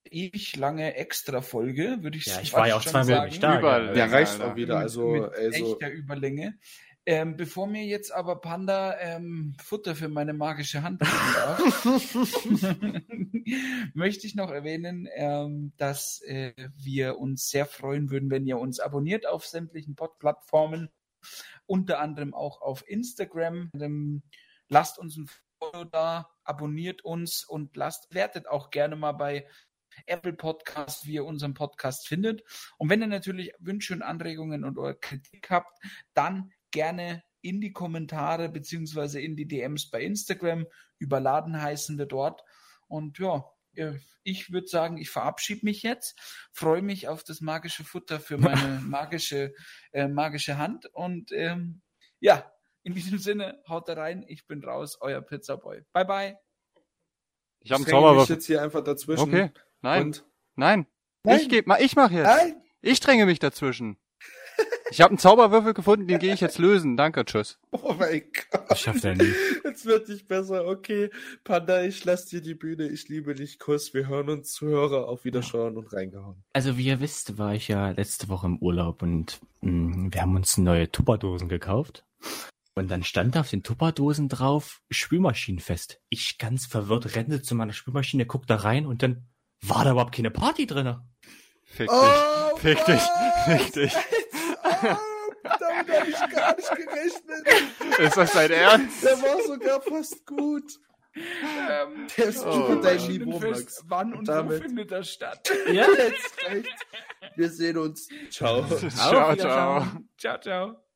ewig lange Extra-Folge, würde ich sagen. Ja, ich war ja auch zwei Minuten nicht da. Überall. Der reicht auch wieder. Also, mit also echter Überlänge. Ähm, bevor mir jetzt aber Panda ähm, Futter für meine magische Hand geben darf, möchte ich noch erwähnen, ähm, dass äh, wir uns sehr freuen würden, wenn ihr uns abonniert auf sämtlichen Pod-Plattformen, unter anderem auch auf Instagram. Ähm, lasst uns ein Follow da, abonniert uns und lasst, wertet auch gerne mal bei Apple Podcast, wie ihr unseren Podcast findet. Und wenn ihr natürlich Wünsche und Anregungen und oder Kritik habt, dann gerne in die Kommentare beziehungsweise in die D Ms bei Instagram. Überladen heißen wir dort. Und ja, ich würde sagen, ich verabschiede mich jetzt, freue mich auf das magische Futter für meine magische, äh, magische Hand. Und ähm, ja, in diesem Sinne, haut da rein, ich bin raus, euer Pizzaboy. Bye, bye. Ich habe einen Zauberwürfel. jetzt hier einfach dazwischen. Okay, nein, Und nein. Nein. Ich, geb, ich mach jetzt. Nein. Ich dränge mich dazwischen. Ich habe einen Zauberwürfel gefunden, den gehe ich jetzt lösen. Danke, tschüss. Oh mein Gott. Das schafft er nie. Jetzt wird nicht besser. Okay, Panda, ich lass dir die Bühne. Ich liebe dich. Kuss. Wir hören uns, Zuhörer. Auf Wiederschauen und reingehauen. Also wie ihr wisst, war ich ja letzte Woche im Urlaub und mh, wir haben uns neue Tupperdosen gekauft. Und dann stand auf den Tupperdosen drauf Spülmaschinenfest. Ich ganz verwirrt renne zu meiner Spülmaschine, guck da rein und dann war da überhaupt keine Party drin. Fick Oh, dich. Fick dich. Fick dich. Oh, damit habe ich gar nicht gerechnet. Ist das dein Ernst? Der war sogar fast gut. Ähm, Der ist Oh, über dein Maschinenfest, Niveau, Max. Wann und damit- wo findet das statt? Ja, jetzt recht. Wir sehen uns. Ciao. Ciao, ciao. Ciao, ciao.